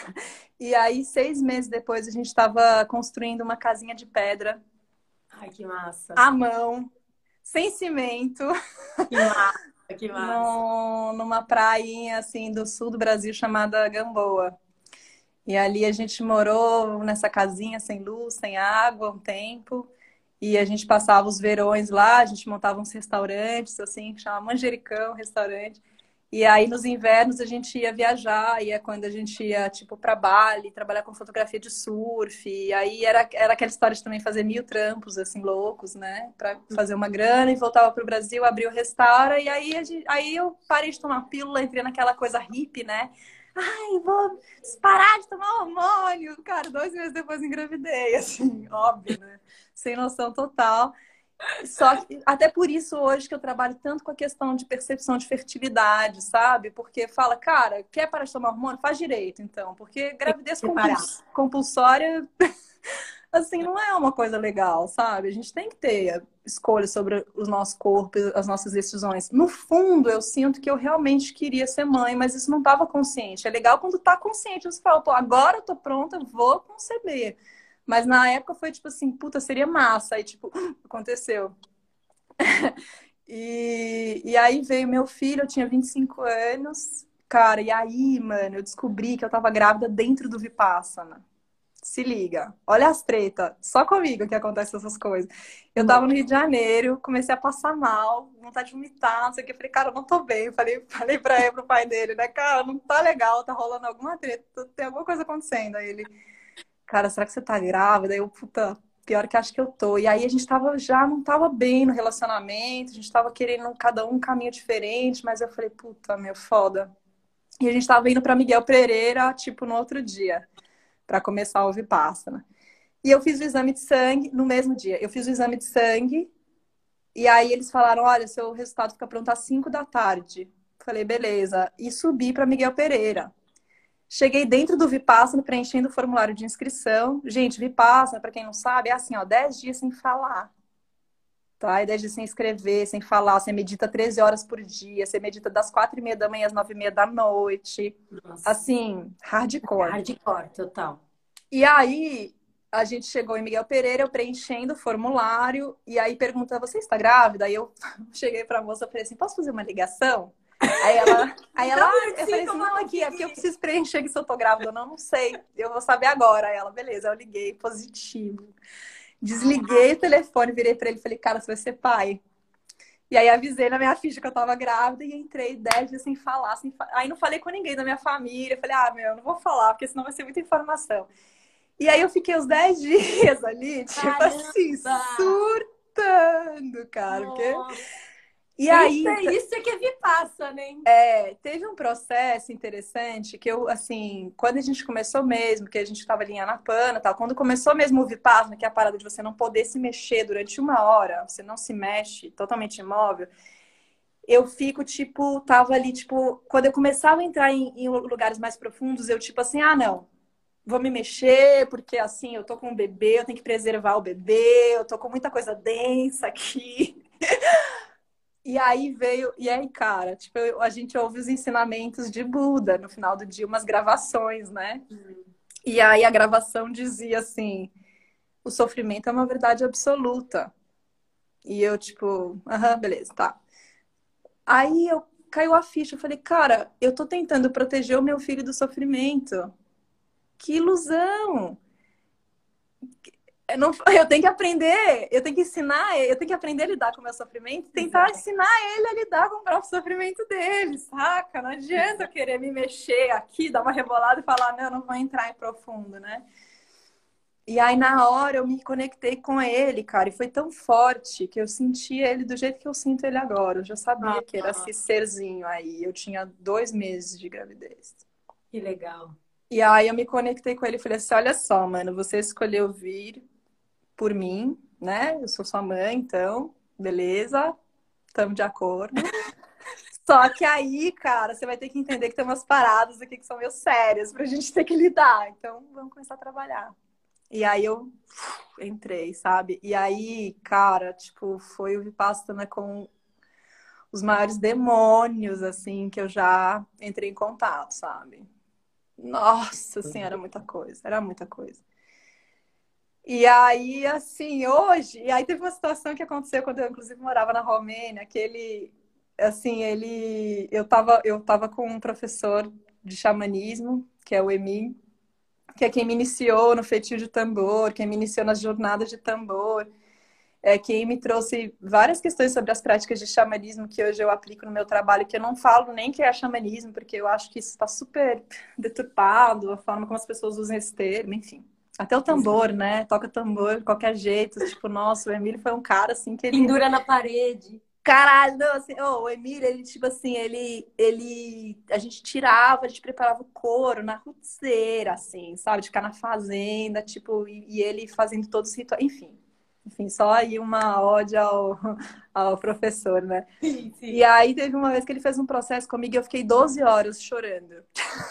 E aí, seis meses depois, a gente tava construindo uma casinha de pedra. Ai, que massa. À mão, sem cimento. Que massa. Que massa. No, numa prainha assim do sul do Brasil chamada Gamboa. E ali a gente morou nessa casinha sem luz, sem água, um tempo. E a gente passava os verões lá, a gente montava uns restaurantes, assim, que chama Manjericão, restaurante. E aí nos invernos a gente ia viajar, e é quando a gente ia, tipo, para Bali, trabalhar com fotografia de surf. E aí era, era aquela história de também fazer mil trampos, assim, loucos, né? Para fazer uma grana e voltava pro Brasil, abrir o restaura. E aí, a gente, aí eu parei de tomar pílula, entrei naquela coisa hippie, né? Ai, vou parar de tomar hormônio. Cara, dois meses depois engravidei, assim, óbvio, né? Sem noção total. Só que, até por isso hoje que eu trabalho tanto com a questão de percepção de fertilidade, sabe? Porque fala, cara, quer parar de tomar hormônio? Faz direito, então. Porque gravidez compuls... compulsória, assim, não é uma coisa legal, sabe? A gente tem que ter escolha sobre os nossos corpos, as nossas decisões. No fundo, eu sinto que eu realmente queria ser mãe, mas isso não estava consciente. É legal quando tá consciente, você fala, pô, agora eu tô pronta, vou conceber. Mas na época foi tipo assim, puta, seria massa. Aí, tipo, aconteceu. e, e aí veio meu filho, eu tinha vinte e cinco anos. Cara, e aí, mano, eu descobri que eu tava grávida dentro do Vipassana. se liga, olha as tretas, só comigo que acontecem essas coisas. Eu tava no Rio de Janeiro, comecei a passar mal, vontade de vomitar, não sei o que. Eu falei, cara, eu não tô bem. Eu falei, falei pra ele, pro pai dele, né? Cara, não tá legal, tá rolando alguma treta, tem alguma coisa acontecendo. Aí ele, cara, será que você tá grávida? Aí eu, puta, pior que acho que eu tô. E aí a gente tava, já não tava bem no relacionamento, a gente tava querendo cada um um caminho diferente, mas eu falei, puta, meu, foda. E a gente tava indo pra Miguel Pereira, tipo, no outro dia, pra começar o Vipassana. E eu fiz o exame de sangue no mesmo dia. Eu fiz o exame de sangue e aí eles falaram, olha, seu resultado fica pronto às cinco da tarde. Falei, beleza. E subi para Miguel Pereira. Cheguei dentro do Vipassana, preenchendo o formulário de inscrição. Gente, Vipassana, para quem não sabe, é assim, ó, dez dias sem falar. Tá? E dez dias sem escrever, sem falar. Você medita treze horas por dia. Você medita das quatro e meia da manhã às nove e meia da noite. Nossa, Assim, hardcore. hardcore, total. E aí, a gente chegou em Miguel Pereira, eu preenchendo o formulário, e aí pergunta, você está grávida? Aí eu cheguei pra moça e falei assim, posso fazer uma ligação? Aí ela, aí ela, ah, eu falei assim, não, aqui, é porque eu preciso preencher aqui se eu tô grávida ou não, não sei, eu vou saber agora. Aí ela, beleza, eu liguei, positivo. Desliguei o telefone, virei pra ele e falei, cara, você vai ser pai. E aí avisei na minha ficha que eu tava grávida e entrei dez dias sem falar, sem fa... Aí não falei com ninguém da minha família, falei, ah, meu, não vou falar, porque senão vai ser muita informação. E aí eu fiquei os dez dias ali, tipo Caramba! assim, surtando, cara. Porque... Nossa. E Isso aí, é isso é que é Vipassana, hein? é, teve um processo interessante que eu, assim, quando a gente começou mesmo, que a gente estava ali em Anapana e tal, quando começou mesmo o Vipassana, que é a parada de você não poder se mexer durante uma hora, você não se mexe, totalmente imóvel, eu fico, tipo, tava ali, tipo, quando eu começava a entrar em, em lugares mais profundos, eu, tipo assim, ah, não. Vou me mexer, porque assim, eu tô com um bebê, eu tenho que preservar o bebê, eu tô com muita coisa densa aqui. E aí veio, e aí, cara, tipo, eu- a gente ouve os ensinamentos de Buda no final do dia, umas gravações, né? E aí a gravação dizia assim: o sofrimento é uma verdade absoluta. E eu, tipo, aham, beleza, tá. Aí eu caiu a ficha, eu falei, cara, eu tô tentando proteger o meu filho do sofrimento. Que ilusão! Eu, não, eu tenho que aprender, eu tenho que ensinar, eu tenho que aprender a lidar com o meu sofrimento e tentar Exato. ensinar ele a lidar com o próprio sofrimento dele, saca? Não adianta eu querer me mexer aqui, dar uma rebolada e falar, não, eu não vou entrar em profundo, né? E aí, na hora, eu me conectei com ele, cara, e foi tão forte que eu senti ele do jeito que eu sinto ele agora. Eu já sabia que era Ah, esse serzinho aí. Eu tinha dois meses de gravidez. que legal. E aí, eu me conectei com ele e falei assim: olha só, mano, você escolheu vir por mim, né? Eu sou sua mãe, então, beleza, estamos de acordo. Só que aí, cara, você vai ter que entender que tem umas paradas aqui que são meio sérias pra gente ter que lidar. Então, vamos começar a trabalhar. E aí eu uf, entrei, sabe? E aí, cara, tipo, foi o Vipassana com os maiores demônios, assim, que eu já entrei em contato, sabe? Nossa, assim, era muita coisa, era muita coisa. E aí, assim, hoje, e aí teve uma situação que aconteceu quando eu, inclusive, morava na Romênia, que ele, assim, ele, eu tava, eu tava com um professor de xamanismo, que é o Emil, que é quem me iniciou no feitio de tambor, quem me iniciou nas jornadas de tambor, é quem me trouxe várias questões sobre as práticas de xamanismo que hoje eu aplico no meu trabalho, que eu não falo nem que é xamanismo, porque eu acho que isso está super deturpado, a forma como as pessoas usam esse termo, enfim. Até o tambor, né? Toca tambor de qualquer jeito. Tipo, nossa, o Emílio foi um cara, assim, que ele... Pendura na parede. Caralho, não, assim, oh, o Emílio, ele, tipo assim, ele, ele... A gente tirava, a gente preparava o couro na roceira, assim, sabe? De ficar na fazenda, tipo... E, e ele fazendo todos os rituais, enfim. Enfim, só aí uma ode ao, ao professor, né? Sim, E sim. aí teve uma vez que ele fez um processo comigo e eu fiquei doze horas chorando.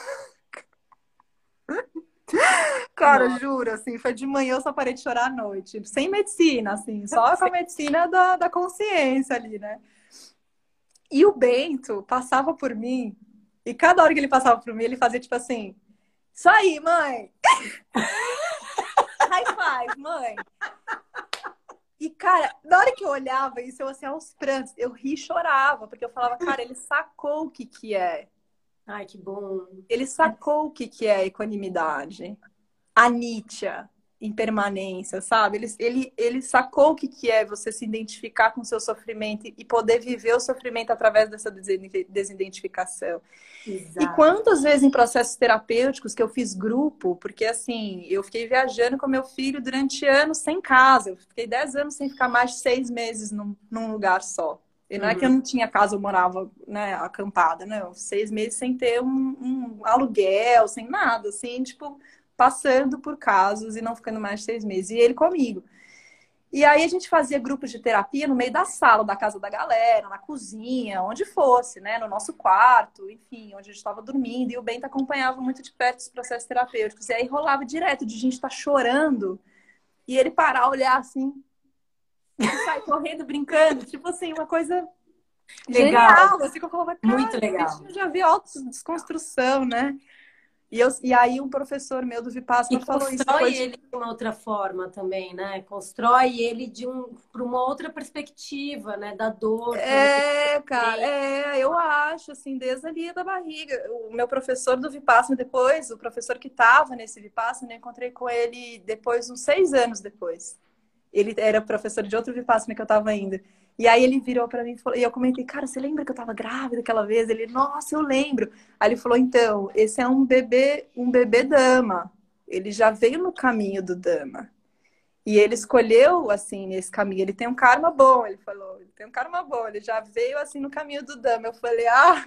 Cara, Nossa. juro, assim, foi de manhã eu só parei de chorar à noite. Sem medicina, assim, só com a medicina da, da consciência ali, né? E o Bento passava por mim, e cada hora que ele passava por mim, ele fazia tipo assim: isso aí, mãe! High five, mãe! E, cara, na hora que eu olhava isso, eu assim, aos prantos, eu ri e chorava, porque eu falava, cara, ele sacou o que que é. Ai, que bom. Ele sacou o que que é equanimidade. a Nietzsche impermanência, sabe? Ele, ele, ele sacou o que, que é você se identificar com o seu sofrimento e poder viver o sofrimento através dessa desidentificação. E Exato. quantas vezes em processos terapêuticos que eu fiz grupo, porque assim, eu fiquei viajando com meu filho durante anos sem casa, eu fiquei dez anos sem ficar mais de seis meses num, num lugar só. E não é que eu não tinha casa, eu morava, né, acampada, não. Seis meses sem ter um, um aluguel, sem nada, assim, tipo, passando por casos e não ficando mais de seis meses. E ele comigo. E aí a gente fazia grupos de terapia no meio da sala, da casa da galera, na cozinha, onde fosse, né? No nosso quarto, enfim, onde a gente estava dormindo. E o Bento acompanhava muito de perto os processos terapêuticos. E aí rolava direto de gente estar chorando e ele parar, olhar assim, e sair correndo, brincando. Tipo assim, uma coisa Legal. genial. Assim, que eu falava, cara, Muito legal. a gente já viu autodesconstrução, né? E, eu, e aí um professor meu do Vipassana E falou isso. constrói Depois ele de uma outra forma também, né? Constrói ele de um para uma outra perspectiva, né? Da dor. Pra você... É, cara, é, eu acho, assim, desde ali da barriga. O meu professor do Vipassana depois, o professor que estava nesse Vipassana, eu encontrei com ele depois, uns seis anos depois. Ele era professor de outro Vipassana que eu estava indo. E aí ele virou para mim e falou, e eu comentei, cara, você lembra que eu estava grávida aquela vez? Ele, nossa, eu lembro. Aí ele falou, então, esse é um bebê, um bebê dama. Ele já veio no caminho do dama. E ele escolheu, assim, nesse caminho. Ele tem um karma bom, ele falou. Ele tem um karma bom. Ele já veio, assim, no caminho do dama. Eu falei, ah,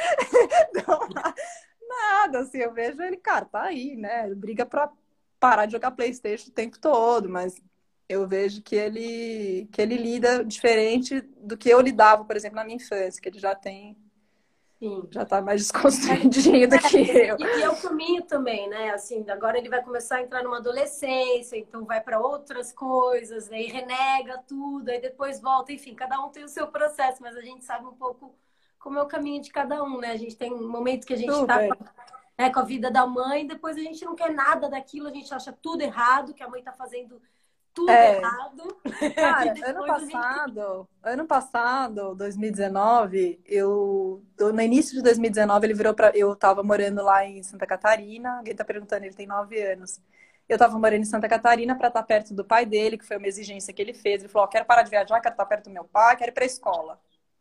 não, nada, assim. Eu vejo ele, cara, tá aí, né? Ele briga pra parar de jogar PlayStation o tempo todo, mas eu vejo que ele, que ele lida diferente do que eu lidava, por exemplo, na minha infância, que ele já tem... Sim. Já tá mais desconstruidinho do que eu. E, e é o caminho também, né? Assim, agora ele vai começar a entrar numa adolescência, então vai para outras coisas, aí renega tudo, aí depois volta, enfim, cada um tem o seu processo, mas a gente sabe um pouco como é o caminho de cada um, né? A gente tem momentos que a gente está, né, com a vida da mãe, depois a gente não quer nada daquilo, a gente acha tudo errado, que a mãe está fazendo tudo é. errado. Cara, ano passado, gente... ano passado, dois mil e dezenove, eu no início de dois mil e dezenove ele virou para eu tava morando lá em Santa Catarina. Alguém tá perguntando, ele tem nove anos. Eu tava morando em Santa Catarina para estar perto do pai dele, que foi uma exigência que ele fez. Ele falou: oh, quero parar de viajar, quero estar perto do meu pai, quero ir para a escola.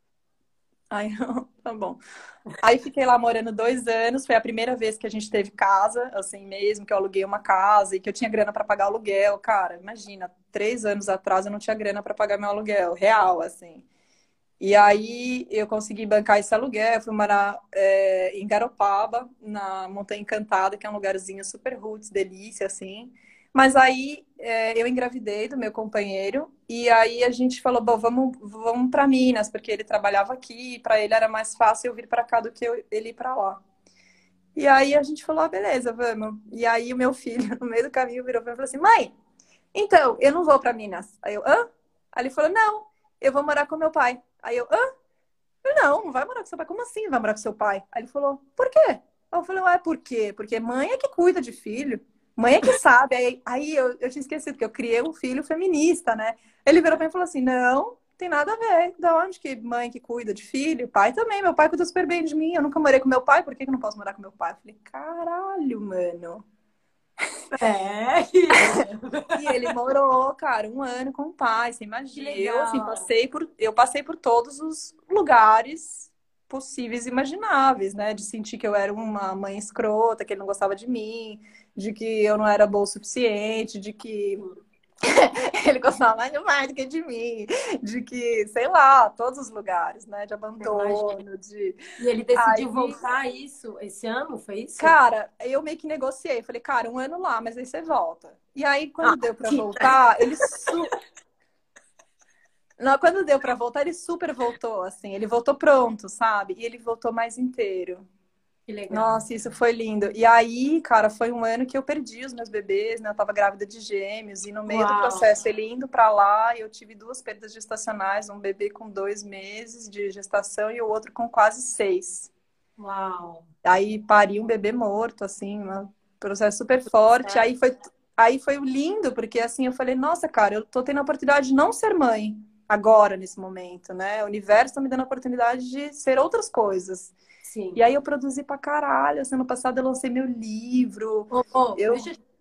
Aí, tá bom. Aí fiquei lá morando dois anos. Foi a primeira vez que a gente teve casa, assim mesmo, que eu aluguei uma casa e que eu tinha grana para pagar aluguel. Cara, imagina, três anos atrás eu não tinha grana para pagar meu aluguel, real, assim. E aí eu consegui bancar esse aluguel. Eu fui morar é, em Garopaba, na Montanha Encantada, que é um lugarzinho super roots, delícia, assim. Mas aí é, eu engravidei do meu companheiro e aí a gente falou, bom, vamos, vamos para Minas, porque ele trabalhava aqui, para ele era mais fácil eu vir para cá do que eu, ele ir para lá. E aí a gente falou, ah, beleza, vamos. E aí o meu filho, no meio do caminho, virou para mim e falou assim, mãe, então, eu não vou para Minas. Aí eu, hã? Aí ele falou, não, eu vou morar com meu pai. Aí eu, hã? Eu, não, não vai morar com seu pai. Como assim vai morar com seu pai? Aí ele falou, por quê? Aí eu falei, ué, por quê? Porque mãe é que cuida de filho. Mãe é que sabe. Aí, aí eu, eu tinha esquecido, porque eu criei um filho feminista, né? Ele virou pra mim e falou assim, não, tem nada a ver. Da onde que mãe que cuida de filho? Pai também. Meu pai cuida super bem de mim. Eu nunca morei com meu pai. Por que que eu não posso morar com meu pai? Eu falei, caralho, mano. É. E ele morou, cara, um ano com o pai. Você imagina. Eu, assim, passei por, eu passei por todos os lugares possíveis e imagináveis, né? De sentir que eu era uma mãe escrota, que ele não gostava de mim, de que eu não era boa o suficiente, de que ele gostava mais de mais do que de mim, de que, sei lá, todos os lugares, né? De abandono, de... E ele decidiu aí, voltar isso esse ano, foi isso? Cara, eu meio que negociei. Falei, cara, um ano lá, mas aí você volta. E aí, quando ah, deu pra voltar, ele... Su... Não, quando deu pra voltar, ele super voltou, assim. Ele voltou pronto, sabe? E ele voltou mais inteiro. Que legal. Nossa, isso foi lindo. E aí, cara, foi um ano que eu perdi os meus bebês, né? Eu tava grávida de gêmeos. E no meio Uau. do processo, ele indo pra lá, eu tive duas perdas gestacionais. Um bebê com dois meses de gestação e o outro com quase seis. Uau! Aí pari um bebê morto, assim, um processo super forte. Aí foi, aí foi lindo, porque assim, eu falei, nossa, cara, eu tô tendo a oportunidade de não ser mãe agora, nesse momento, né? O universo tá me dando a oportunidade de ser outras coisas. Sim. E aí eu produzi pra caralho. Assim, ano passado eu lancei meu livro. Oh, oh, eu... Deixa eu te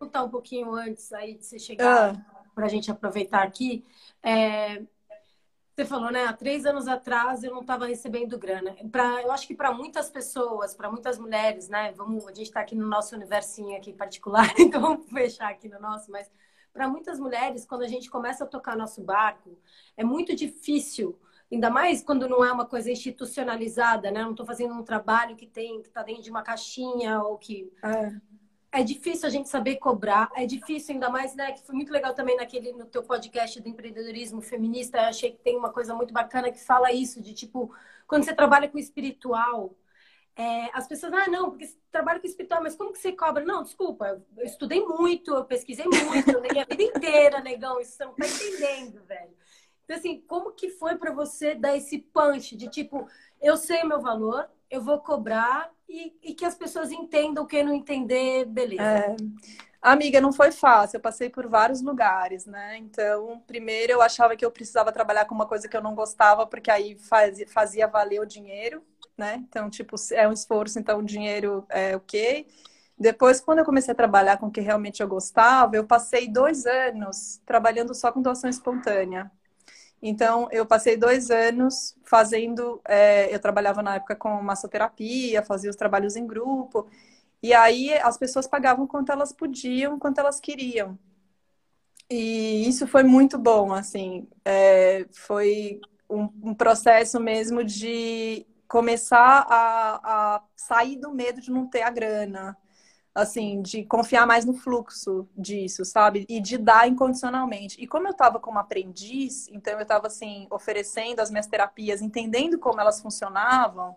Contar um pouquinho antes aí de você chegar, Ah, para a gente aproveitar aqui. É, você falou, né? Há três anos atrás eu não estava recebendo grana. Pra, eu acho que para muitas pessoas, para muitas mulheres, né? Vamos, a gente está aqui no nosso universinho aqui particular, então vamos fechar aqui no nosso, mas para muitas mulheres, quando a gente começa a tocar nosso barco, é muito difícil, ainda mais quando não é uma coisa institucionalizada, né? Eu não estou fazendo um trabalho que tem, que está dentro de uma caixinha ou que é, é difícil a gente saber cobrar, é difícil, ainda mais, né? Que foi muito legal também naquele, no teu podcast do empreendedorismo feminista. Eu achei que tem uma coisa muito bacana que fala isso, de tipo, quando você trabalha com espiritual, é, as pessoas, ah, não, porque você trabalha com espiritual, mas como que você cobra? Não, desculpa, eu, eu estudei muito, eu pesquisei muito, eu dei a vida inteira, negão, isso você não tá entendendo, velho. Então, assim, como que foi para você dar esse punch de tipo, eu sei o meu valor, eu vou cobrar e, e que as pessoas entendam, quem não entender, beleza. é. Amiga, não foi fácil. Eu passei por vários lugares, né? Então, primeiro eu achava que eu precisava trabalhar com uma coisa que eu não gostava, porque aí fazia, fazia valer o dinheiro, né? Então, tipo, é um esforço, então o dinheiro é ok. Depois, quando eu comecei a trabalhar com o que realmente eu gostava, eu passei dois anos trabalhando só com doação espontânea. Então, eu passei dois anos fazendo. É, eu trabalhava na época com massoterapia, fazia os trabalhos em grupo. E aí as pessoas pagavam quanto elas podiam, quanto elas queriam. E isso foi muito bom, assim. É, foi um, um processo mesmo de começar a, a sair do medo de não ter a grana, assim, de confiar mais no fluxo disso, sabe? E de dar incondicionalmente. E como eu estava como aprendiz, então eu estava assim oferecendo as minhas terapias, entendendo como elas funcionavam.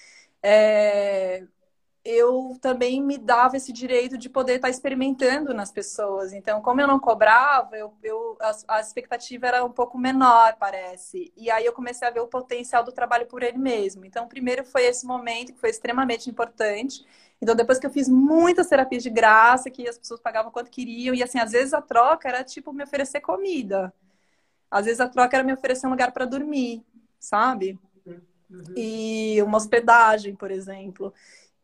É, eu também me dava esse direito de poder estar experimentando nas pessoas. Então, como eu não cobrava, eu, eu, a, a expectativa era um pouco menor, parece. E aí eu comecei a ver o potencial do trabalho por ele mesmo. Então, primeiro foi esse momento que foi extremamente importante. Então, depois que eu fiz muitas terapias de graça, que as pessoas pagavam quanto queriam, e assim, às vezes a troca era tipo me oferecer comida. Às vezes a troca era me oferecer um lugar para dormir, sabe? Uhum. E uma hospedagem, por exemplo.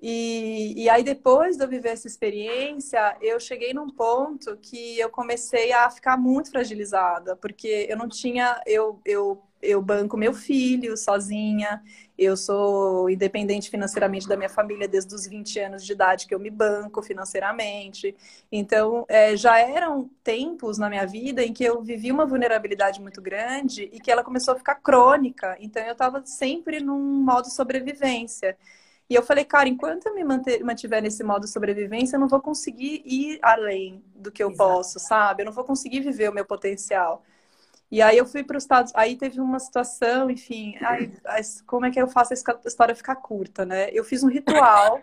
E, e aí, depois de eu viver essa experiência, eu cheguei num ponto que eu comecei a ficar muito fragilizada, porque eu não tinha, eu, eu, eu banco meu filho sozinha, eu sou independente financeiramente da minha família desde os vinte anos de idade que eu me banco financeiramente. Então, é, já eram tempos na minha vida em que eu vivi uma vulnerabilidade muito grande e que ela começou a ficar crônica. Então, eu estava sempre num modo sobrevivência. E eu falei, cara, enquanto eu me manter, mantiver nesse modo sobrevivência, eu não vou conseguir ir além do que eu Exato. posso, sabe? Eu não vou conseguir viver o meu potencial. E aí eu fui para os Estados, aí teve uma situação, enfim, ai, ai, como é que eu faço a história ficar curta, né? Eu fiz um ritual,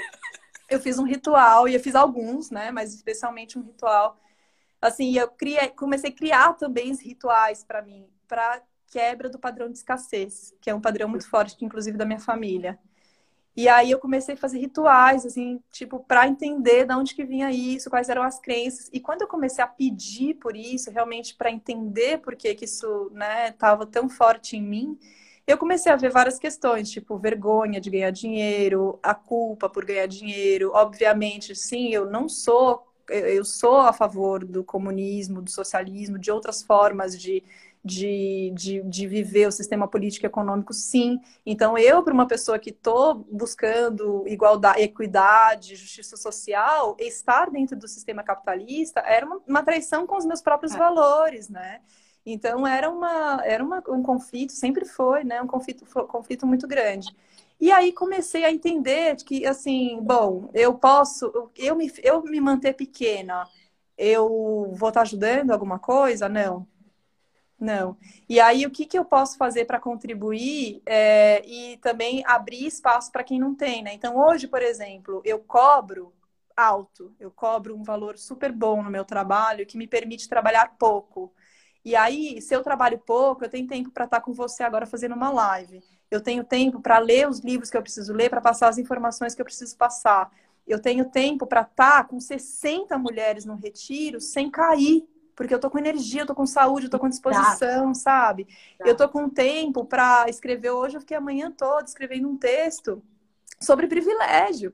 eu fiz um ritual e eu fiz alguns, né? Mas especialmente um ritual. Assim, eu criei, comecei a criar também os rituais para mim, para quebra do padrão de escassez, que é um padrão muito forte, inclusive da minha família. E aí eu comecei a fazer rituais, assim, tipo, para entender de onde que vinha isso, quais eram as crenças. E quando eu comecei a pedir por isso, realmente para entender por que que isso, né, estava tão forte em mim, eu comecei a ver várias questões, tipo, vergonha de ganhar dinheiro, a culpa por ganhar dinheiro. Obviamente, sim, eu não sou, eu sou a favor do comunismo, do socialismo, de outras formas de de, de, de viver o sistema político e econômico, sim. Então, eu, para uma pessoa que estou buscando igualdade, equidade, justiça social, estar dentro do sistema capitalista era uma, uma traição com os meus próprios valores, né? Então, era, uma, era uma, um conflito, sempre foi, né? Um conflito, um conflito muito grande. E aí comecei a entender que, assim, bom, eu posso, eu me, eu me manter pequena, eu vou estar ajudando alguma coisa? Não. Não. E aí, o que que eu posso fazer para contribuir é, e também abrir espaço para quem não tem, né? Então, hoje, por exemplo, eu cobro alto, eu cobro um valor super bom no meu trabalho que me permite trabalhar pouco. E aí, se eu trabalho pouco, eu tenho tempo para estar com você agora fazendo uma live. Eu tenho tempo para ler os livros que eu preciso ler, para passar as informações que eu preciso passar. Eu tenho tempo para estar com sessenta mulheres no retiro sem cair, porque eu tô com energia, eu tô com saúde, eu tô com Exato, disposição, sabe? Eu tô exato. com tempo para escrever. Hoje eu fiquei a manhã toda escrevendo um texto sobre privilégio.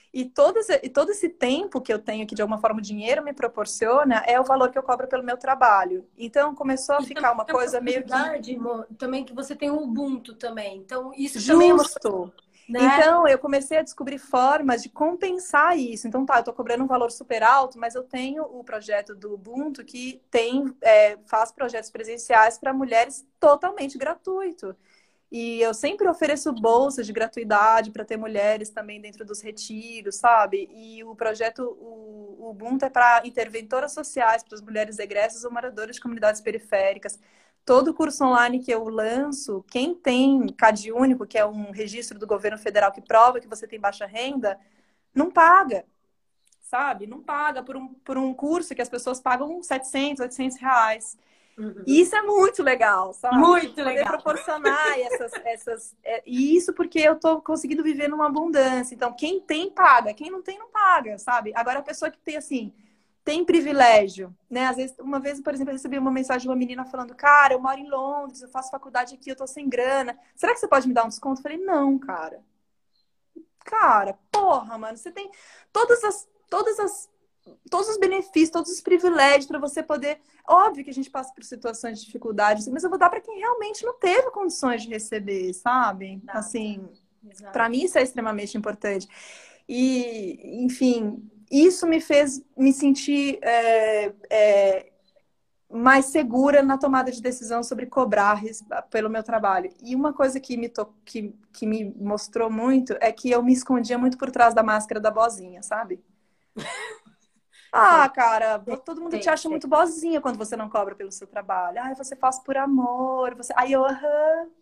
E todo, esse, e todo esse tempo que eu tenho, que de alguma forma o dinheiro me proporciona, é o valor que eu cobro pelo meu trabalho. Então começou a E também ficar uma tem a coisa meio que possibilidade, Mo, também que você tem o Ubuntu também. Então, isso também é uma coisa, justo. né? Então eu comecei a descobrir formas de compensar isso. Então tá, eu tô cobrando um valor super alto, mas eu tenho o projeto do Ubuntu que tem, é, faz projetos presenciais para mulheres totalmente gratuito. E eu sempre ofereço bolsas de gratuidade para ter mulheres também dentro dos retiros, sabe? E o projeto, o, o Ubuntu é para interventoras sociais, para as mulheres egressas ou moradoras de comunidades periféricas. Todo curso online que eu lanço, quem tem CAD único, que é um registro do governo federal que prova que você tem baixa renda, não paga, sabe? Não paga por um, por um curso que as pessoas pagam setecentos, oitocentos reais. E Uhum. isso é muito legal, sabe? Muito Poder legal. proporcionar essas, essas, é, e isso porque eu tô conseguindo viver numa abundância. Então, quem tem, paga. Quem não tem, não paga, sabe? Agora, a pessoa que tem, assim, tem privilégio, né? Às vezes, uma vez, por exemplo, eu recebi uma mensagem de uma menina falando, cara, eu moro em Londres, eu faço faculdade aqui, eu tô sem grana. Será que você pode me dar um desconto? Eu falei, não, cara. Cara, porra, mano, você tem todas as, todas as todos os benefícios, todos os privilégios para você poder. Óbvio que a gente passa por situações de dificuldade, mas eu vou dar para quem realmente não teve condições de receber, sabe? Exato. Assim, para Exato. mim isso é extremamente importante. E, enfim, isso me fez me sentir é, é, mais segura na tomada de decisão sobre cobrar pelo meu trabalho. E uma coisa que me, to... que, que me mostrou muito é que eu me escondia muito por trás da máscara da bozinha, sabe? Ah, Sei, cara, sei, todo mundo te sei. acha muito boazinha quando você não cobra pelo seu trabalho. Ai, você faz por amor. Você... Aí eu, aham.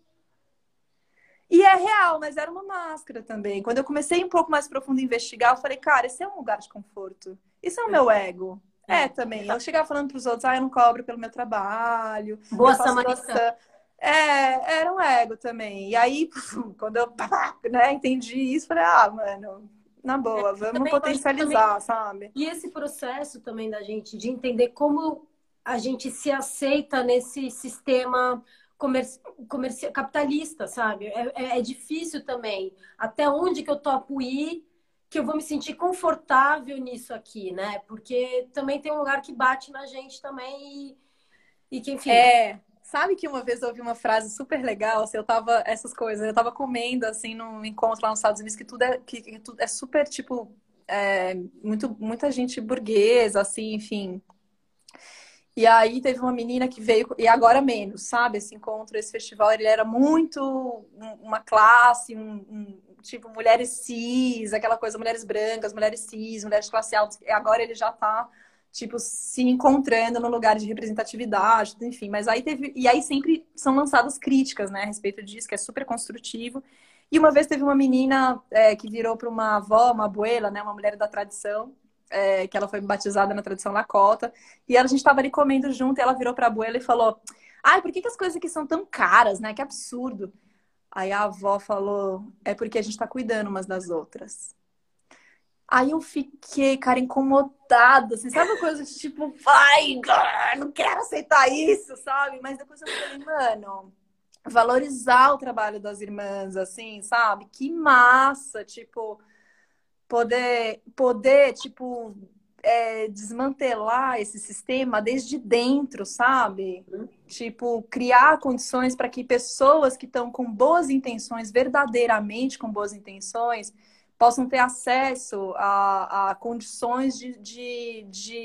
E é real, mas era uma máscara também. Quando eu comecei um pouco mais profundo a investigar, eu falei, cara, esse é um lugar de conforto. Isso é o meu ego. É, É, é, também. Eu exato. chegava falando pros outros, ah, eu não cobro pelo meu trabalho, eu Boa faço samaritana. doação. É, era um ego também. E aí, quando eu, né, entendi isso, falei, ah, mano, na boa, vamos Também, eu acho que também. potencializar, sabe? E esse processo também da gente de entender como a gente se aceita nesse sistema comerci comerci capitalista, sabe? É, é, é difícil também. Até onde que eu topo ir, que eu vou me sentir confortável nisso aqui, né? Porque também tem um lugar que bate na gente também e, e que, enfim. É, sabe que uma vez eu ouvi uma frase super legal, assim, eu tava, essas coisas, eu tava comendo, assim, num encontro lá nos Estados Unidos, que tudo é, que, que tudo é super, tipo, é, muito, muita gente burguesa, assim, enfim. E aí teve uma menina que veio, e agora menos, sabe? Esse encontro, esse festival, ele era muito um- uma classe, um, um- tipo, mulheres cis, aquela coisa, mulheres brancas, mulheres cis, mulheres de classe alta. E agora ele já tá, tipo, se encontrando no lugar de representatividade, enfim. Mas aí teve. E aí sempre são lançadas críticas, né, a respeito disso, que é super construtivo. E uma vez teve uma menina é, que virou para uma avó, uma abuela, né, uma mulher da tradição, é, que ela foi batizada na tradição Lakota. E ela, a gente estava ali comendo junto e ela virou para a abuela e falou: ai, por que, que as coisas aqui são tão caras, né? Que absurdo. Aí a avó falou: é porque a gente está cuidando umas das outras. Aí eu fiquei, cara, incomodada, assim, sabe uma coisa de tipo, vai, não quero aceitar isso, sabe? Mas depois eu falei, mano, valorizar o trabalho das irmãs, assim, sabe? Que massa, tipo, poder, poder, tipo, é, desmantelar esse sistema desde dentro, sabe? Tipo, criar condições para que pessoas que estão com boas intenções, verdadeiramente com boas intenções, possam ter acesso a, a condições de, de,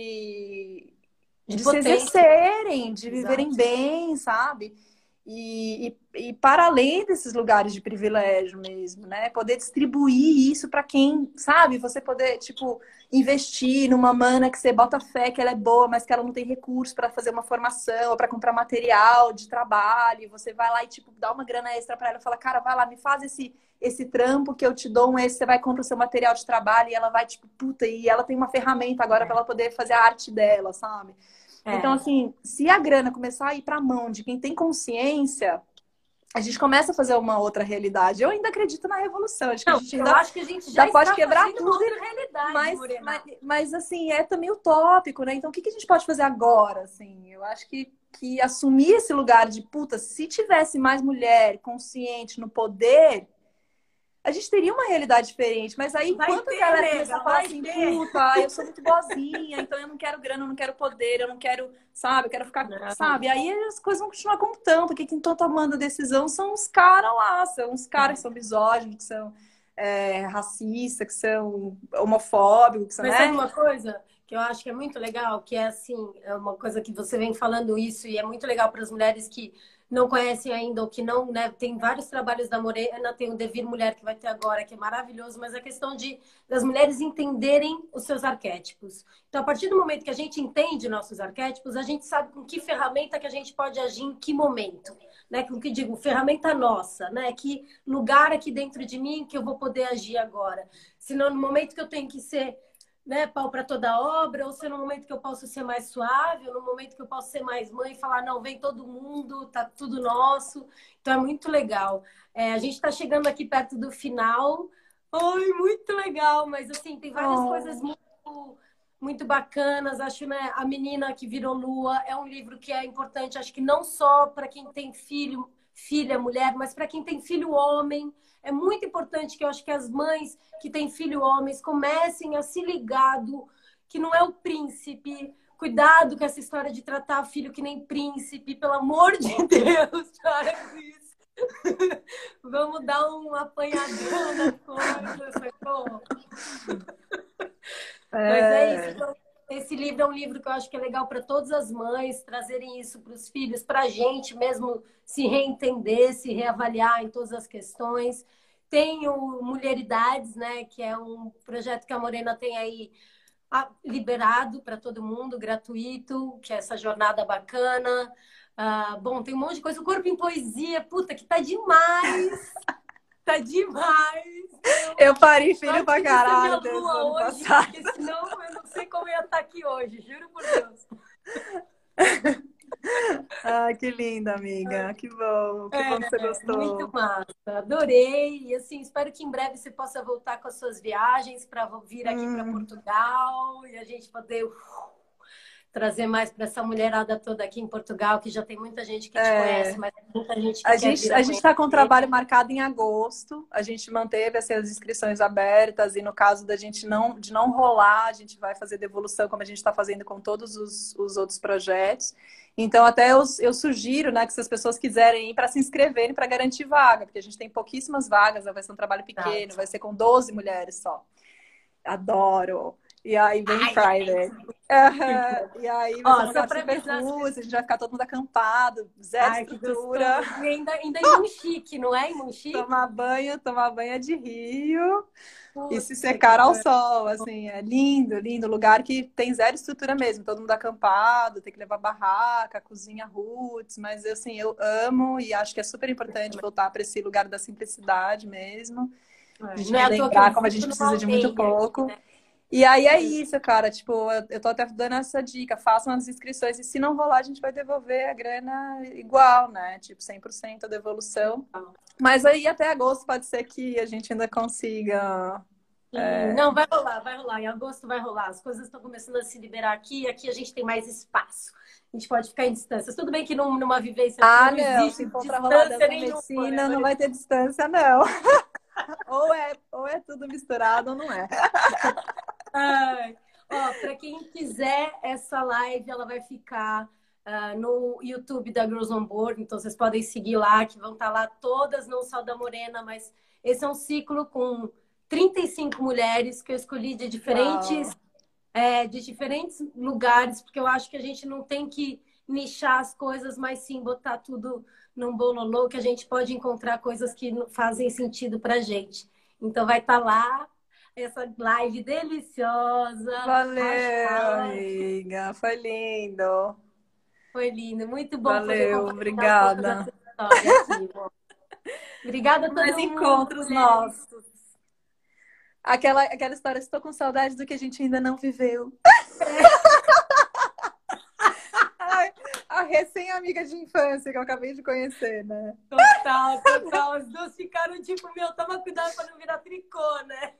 de, De de se potência. exercerem, de viverem Exato. bem, sabe? E, e, e para além desses lugares de privilégio mesmo, né? Poder distribuir isso para quem, sabe? Você poder, tipo, investir numa mana que você bota fé que ela é boa, mas que ela não tem recurso para fazer uma formação ou para comprar material de trabalho. Você vai lá e, tipo, dá uma grana extra para ela e fala, cara, vai lá, me faz esse, esse trampo que eu te dou um esse, você vai comprar o seu material de trabalho e ela vai, tipo, puta, e ela tem uma ferramenta agora para ela poder fazer a arte dela, sabe? Então, É. assim, se a grana começar a ir para a mão de quem tem consciência, a gente começa a fazer uma outra realidade. Eu ainda acredito na revolução, acho que a Não, gente eu ainda, acho que a gente já ainda pode está quebrar fazendo uma tudo, outra realidade, mas, mas, Morena. mas, assim, é também utópico, né? Então, o que, que a gente pode fazer agora, assim? Eu acho que, que assumir esse lugar de, puta, se tivesse mais mulher consciente no poder, a gente teria uma realidade diferente. Mas aí, Vai quando ter, a galera nega, começar a falar vai assim, ter. puta, eu sou muito boazinha, então eu não quero grana, eu não quero poder, eu não quero, sabe, eu quero ficar, Não. sabe? Aí as coisas vão continuar como estão, porque quem estão tomando a decisão são os caras lá, são os caras que são misóginos, que são é, racistas, que são homofóbicos, que são, Mas sabe né? uma coisa que eu acho que é muito legal, que é assim, é uma coisa que você vem falando isso e é muito legal para as mulheres que não conhecem ainda ou que não, né, tem vários trabalhos da Morena, tem o Devir Mulher que vai ter agora, que é maravilhoso, mas a questão de das mulheres entenderem os seus arquétipos. Então, a partir do momento que a gente entende nossos arquétipos, a gente sabe com que ferramenta que a gente pode agir em que momento, né? Com que digo, ferramenta nossa, né? Que lugar aqui dentro de mim que eu vou poder agir agora. Senão, no momento que eu tenho que ser, né, pau para toda obra, ou se no momento que eu posso ser mais suave, ou no momento que eu posso ser mais mãe e falar, não, vem todo mundo, tá tudo nosso. Então é muito legal. É, a gente está chegando aqui perto do final. Ai, muito legal, mas assim, tem várias coisas Oh. muito, muito bacanas. Acho, né, A Menina que Virou Lua é um livro que é importante, acho que não só para quem tem filho, filha, mulher, mas para quem tem filho homem. É muito importante que eu acho que as mães que têm filho homens comecem a se ligar do, que não é o príncipe. Cuidado com essa história de tratar o filho que nem príncipe, pelo amor de Deus, para com isso. Vamos dar um apanhadão na coisa, sacou? Mas é isso. É. Então, esse livro é um livro que eu acho que é legal para todas as mães trazerem isso para os filhos, para a gente mesmo se reentender, se reavaliar em todas as questões. Tem o Mulheridades, né, que é um projeto que a Morena tem aí ah, liberado para todo mundo, gratuito, que é essa jornada bacana. Ah, bom, tem um monte de coisa. O Corpo em Poesia, puta, que tá demais! Tá demais! Meu. Eu parei filho Sorte pra que você é minha caralho desde o lua ano hoje, passado. porque senão eu não sei como eu ia estar aqui hoje, juro por Deus. Ah, que linda, amiga. Que bom. Que bom que você É, muito gostou. massa, adorei. E assim, espero que em breve você possa voltar com as suas viagens para vir aqui para Hum, Portugal e a gente poder uh, trazer mais para essa mulherada toda aqui em Portugal, que já tem muita gente que te conhece, é. mas tem muita gente que A quer gente vir a a gente está com o conhecer. trabalho marcado em agosto. A gente manteve assim, as inscrições abertas e no caso da gente não de não rolar, a gente vai fazer devolução como a gente está fazendo com todos os, os outros projetos. Então até eu, eu sugiro, né, que se as pessoas quiserem ir para se inscreverem para garantir vaga, porque a gente tem pouquíssimas vagas, vai ser um trabalho Tá. pequeno, vai ser com doze mulheres só. Adoro. E aí, bem Ai, Friday. Aham. E aí vai ser um ó, só lugar para super avisar as roots, a pessoas. gente vai ficar todo mundo acampado, zero Ai, que estrutura. gostoso. E ainda, ainda em Monchique, não é? Em Monchique? Tomar banho, tomar banho de rio e se Puta que secar ao pariu. sol, assim, é lindo, lindo, lugar que tem zero estrutura mesmo, todo mundo acampado, tem que levar barraca, cozinha roots, mas assim, eu amo e acho que é super importante voltar para esse lugar da simplicidade mesmo, a gente Não é à toa que eu relembrar como a gente vivo numa precisa de muito aldeia aqui, pouco. né? E aí é isso, cara, tipo, eu eu tô até dando essa dica, façam as inscrições e se não rolar, a gente vai devolver a grana igual, né? Tipo, cem por cento a devolução. Mas aí até agosto pode ser que a gente ainda consiga. E, não, vai rolar, vai rolar. Em agosto vai rolar. As coisas estão começando a se liberar aqui. E aqui a gente tem mais espaço. A gente pode ficar em distância. Tudo bem que num- numa vivência aqui Ah, não não, existe se for para rolar distância dança nenhuma, né? medicina, não Mas, vai ter distância, não. Ou é, ou é tudo misturado ou não é. ai, ó, para quem quiser, essa live ela vai ficar ah, no YouTube da Girls on Board. Então vocês podem seguir lá, que vão estar lá todas, não só da Morena, mas esse é um ciclo com trinta e cinco mulheres que eu escolhi de diferentes Uau. é, de diferentes lugares, porque eu acho que a gente não tem que nichar as coisas, mas sim botar tudo num bololô, que a gente pode encontrar coisas que não fazem sentido pra gente. Então vai estar lá essa live deliciosa. Valeu, Hashtag. amiga. Foi lindo. Foi lindo, muito bom poder Valeu, compartilhar um pouco da obrigada. sua história aqui. Bom, obrigada a Mais todo mundo, encontros mulheres. nossos. Aquela, aquela história, estou com saudade do que a gente ainda não viveu. Ai, a recém-amiga de infância que eu acabei de conhecer, né? Total, total. As duas ficaram tipo, meu, toma cuidado para não virar tricô, né?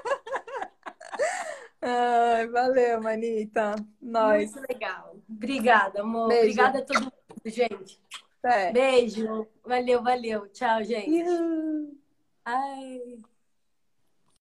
Ai, valeu, Manita. Nós. Muito legal. Obrigada, amor. Beijo. Obrigada a todo mundo, gente. Até. Beijo. Valeu, valeu. Tchau, gente. Uhul. Ai.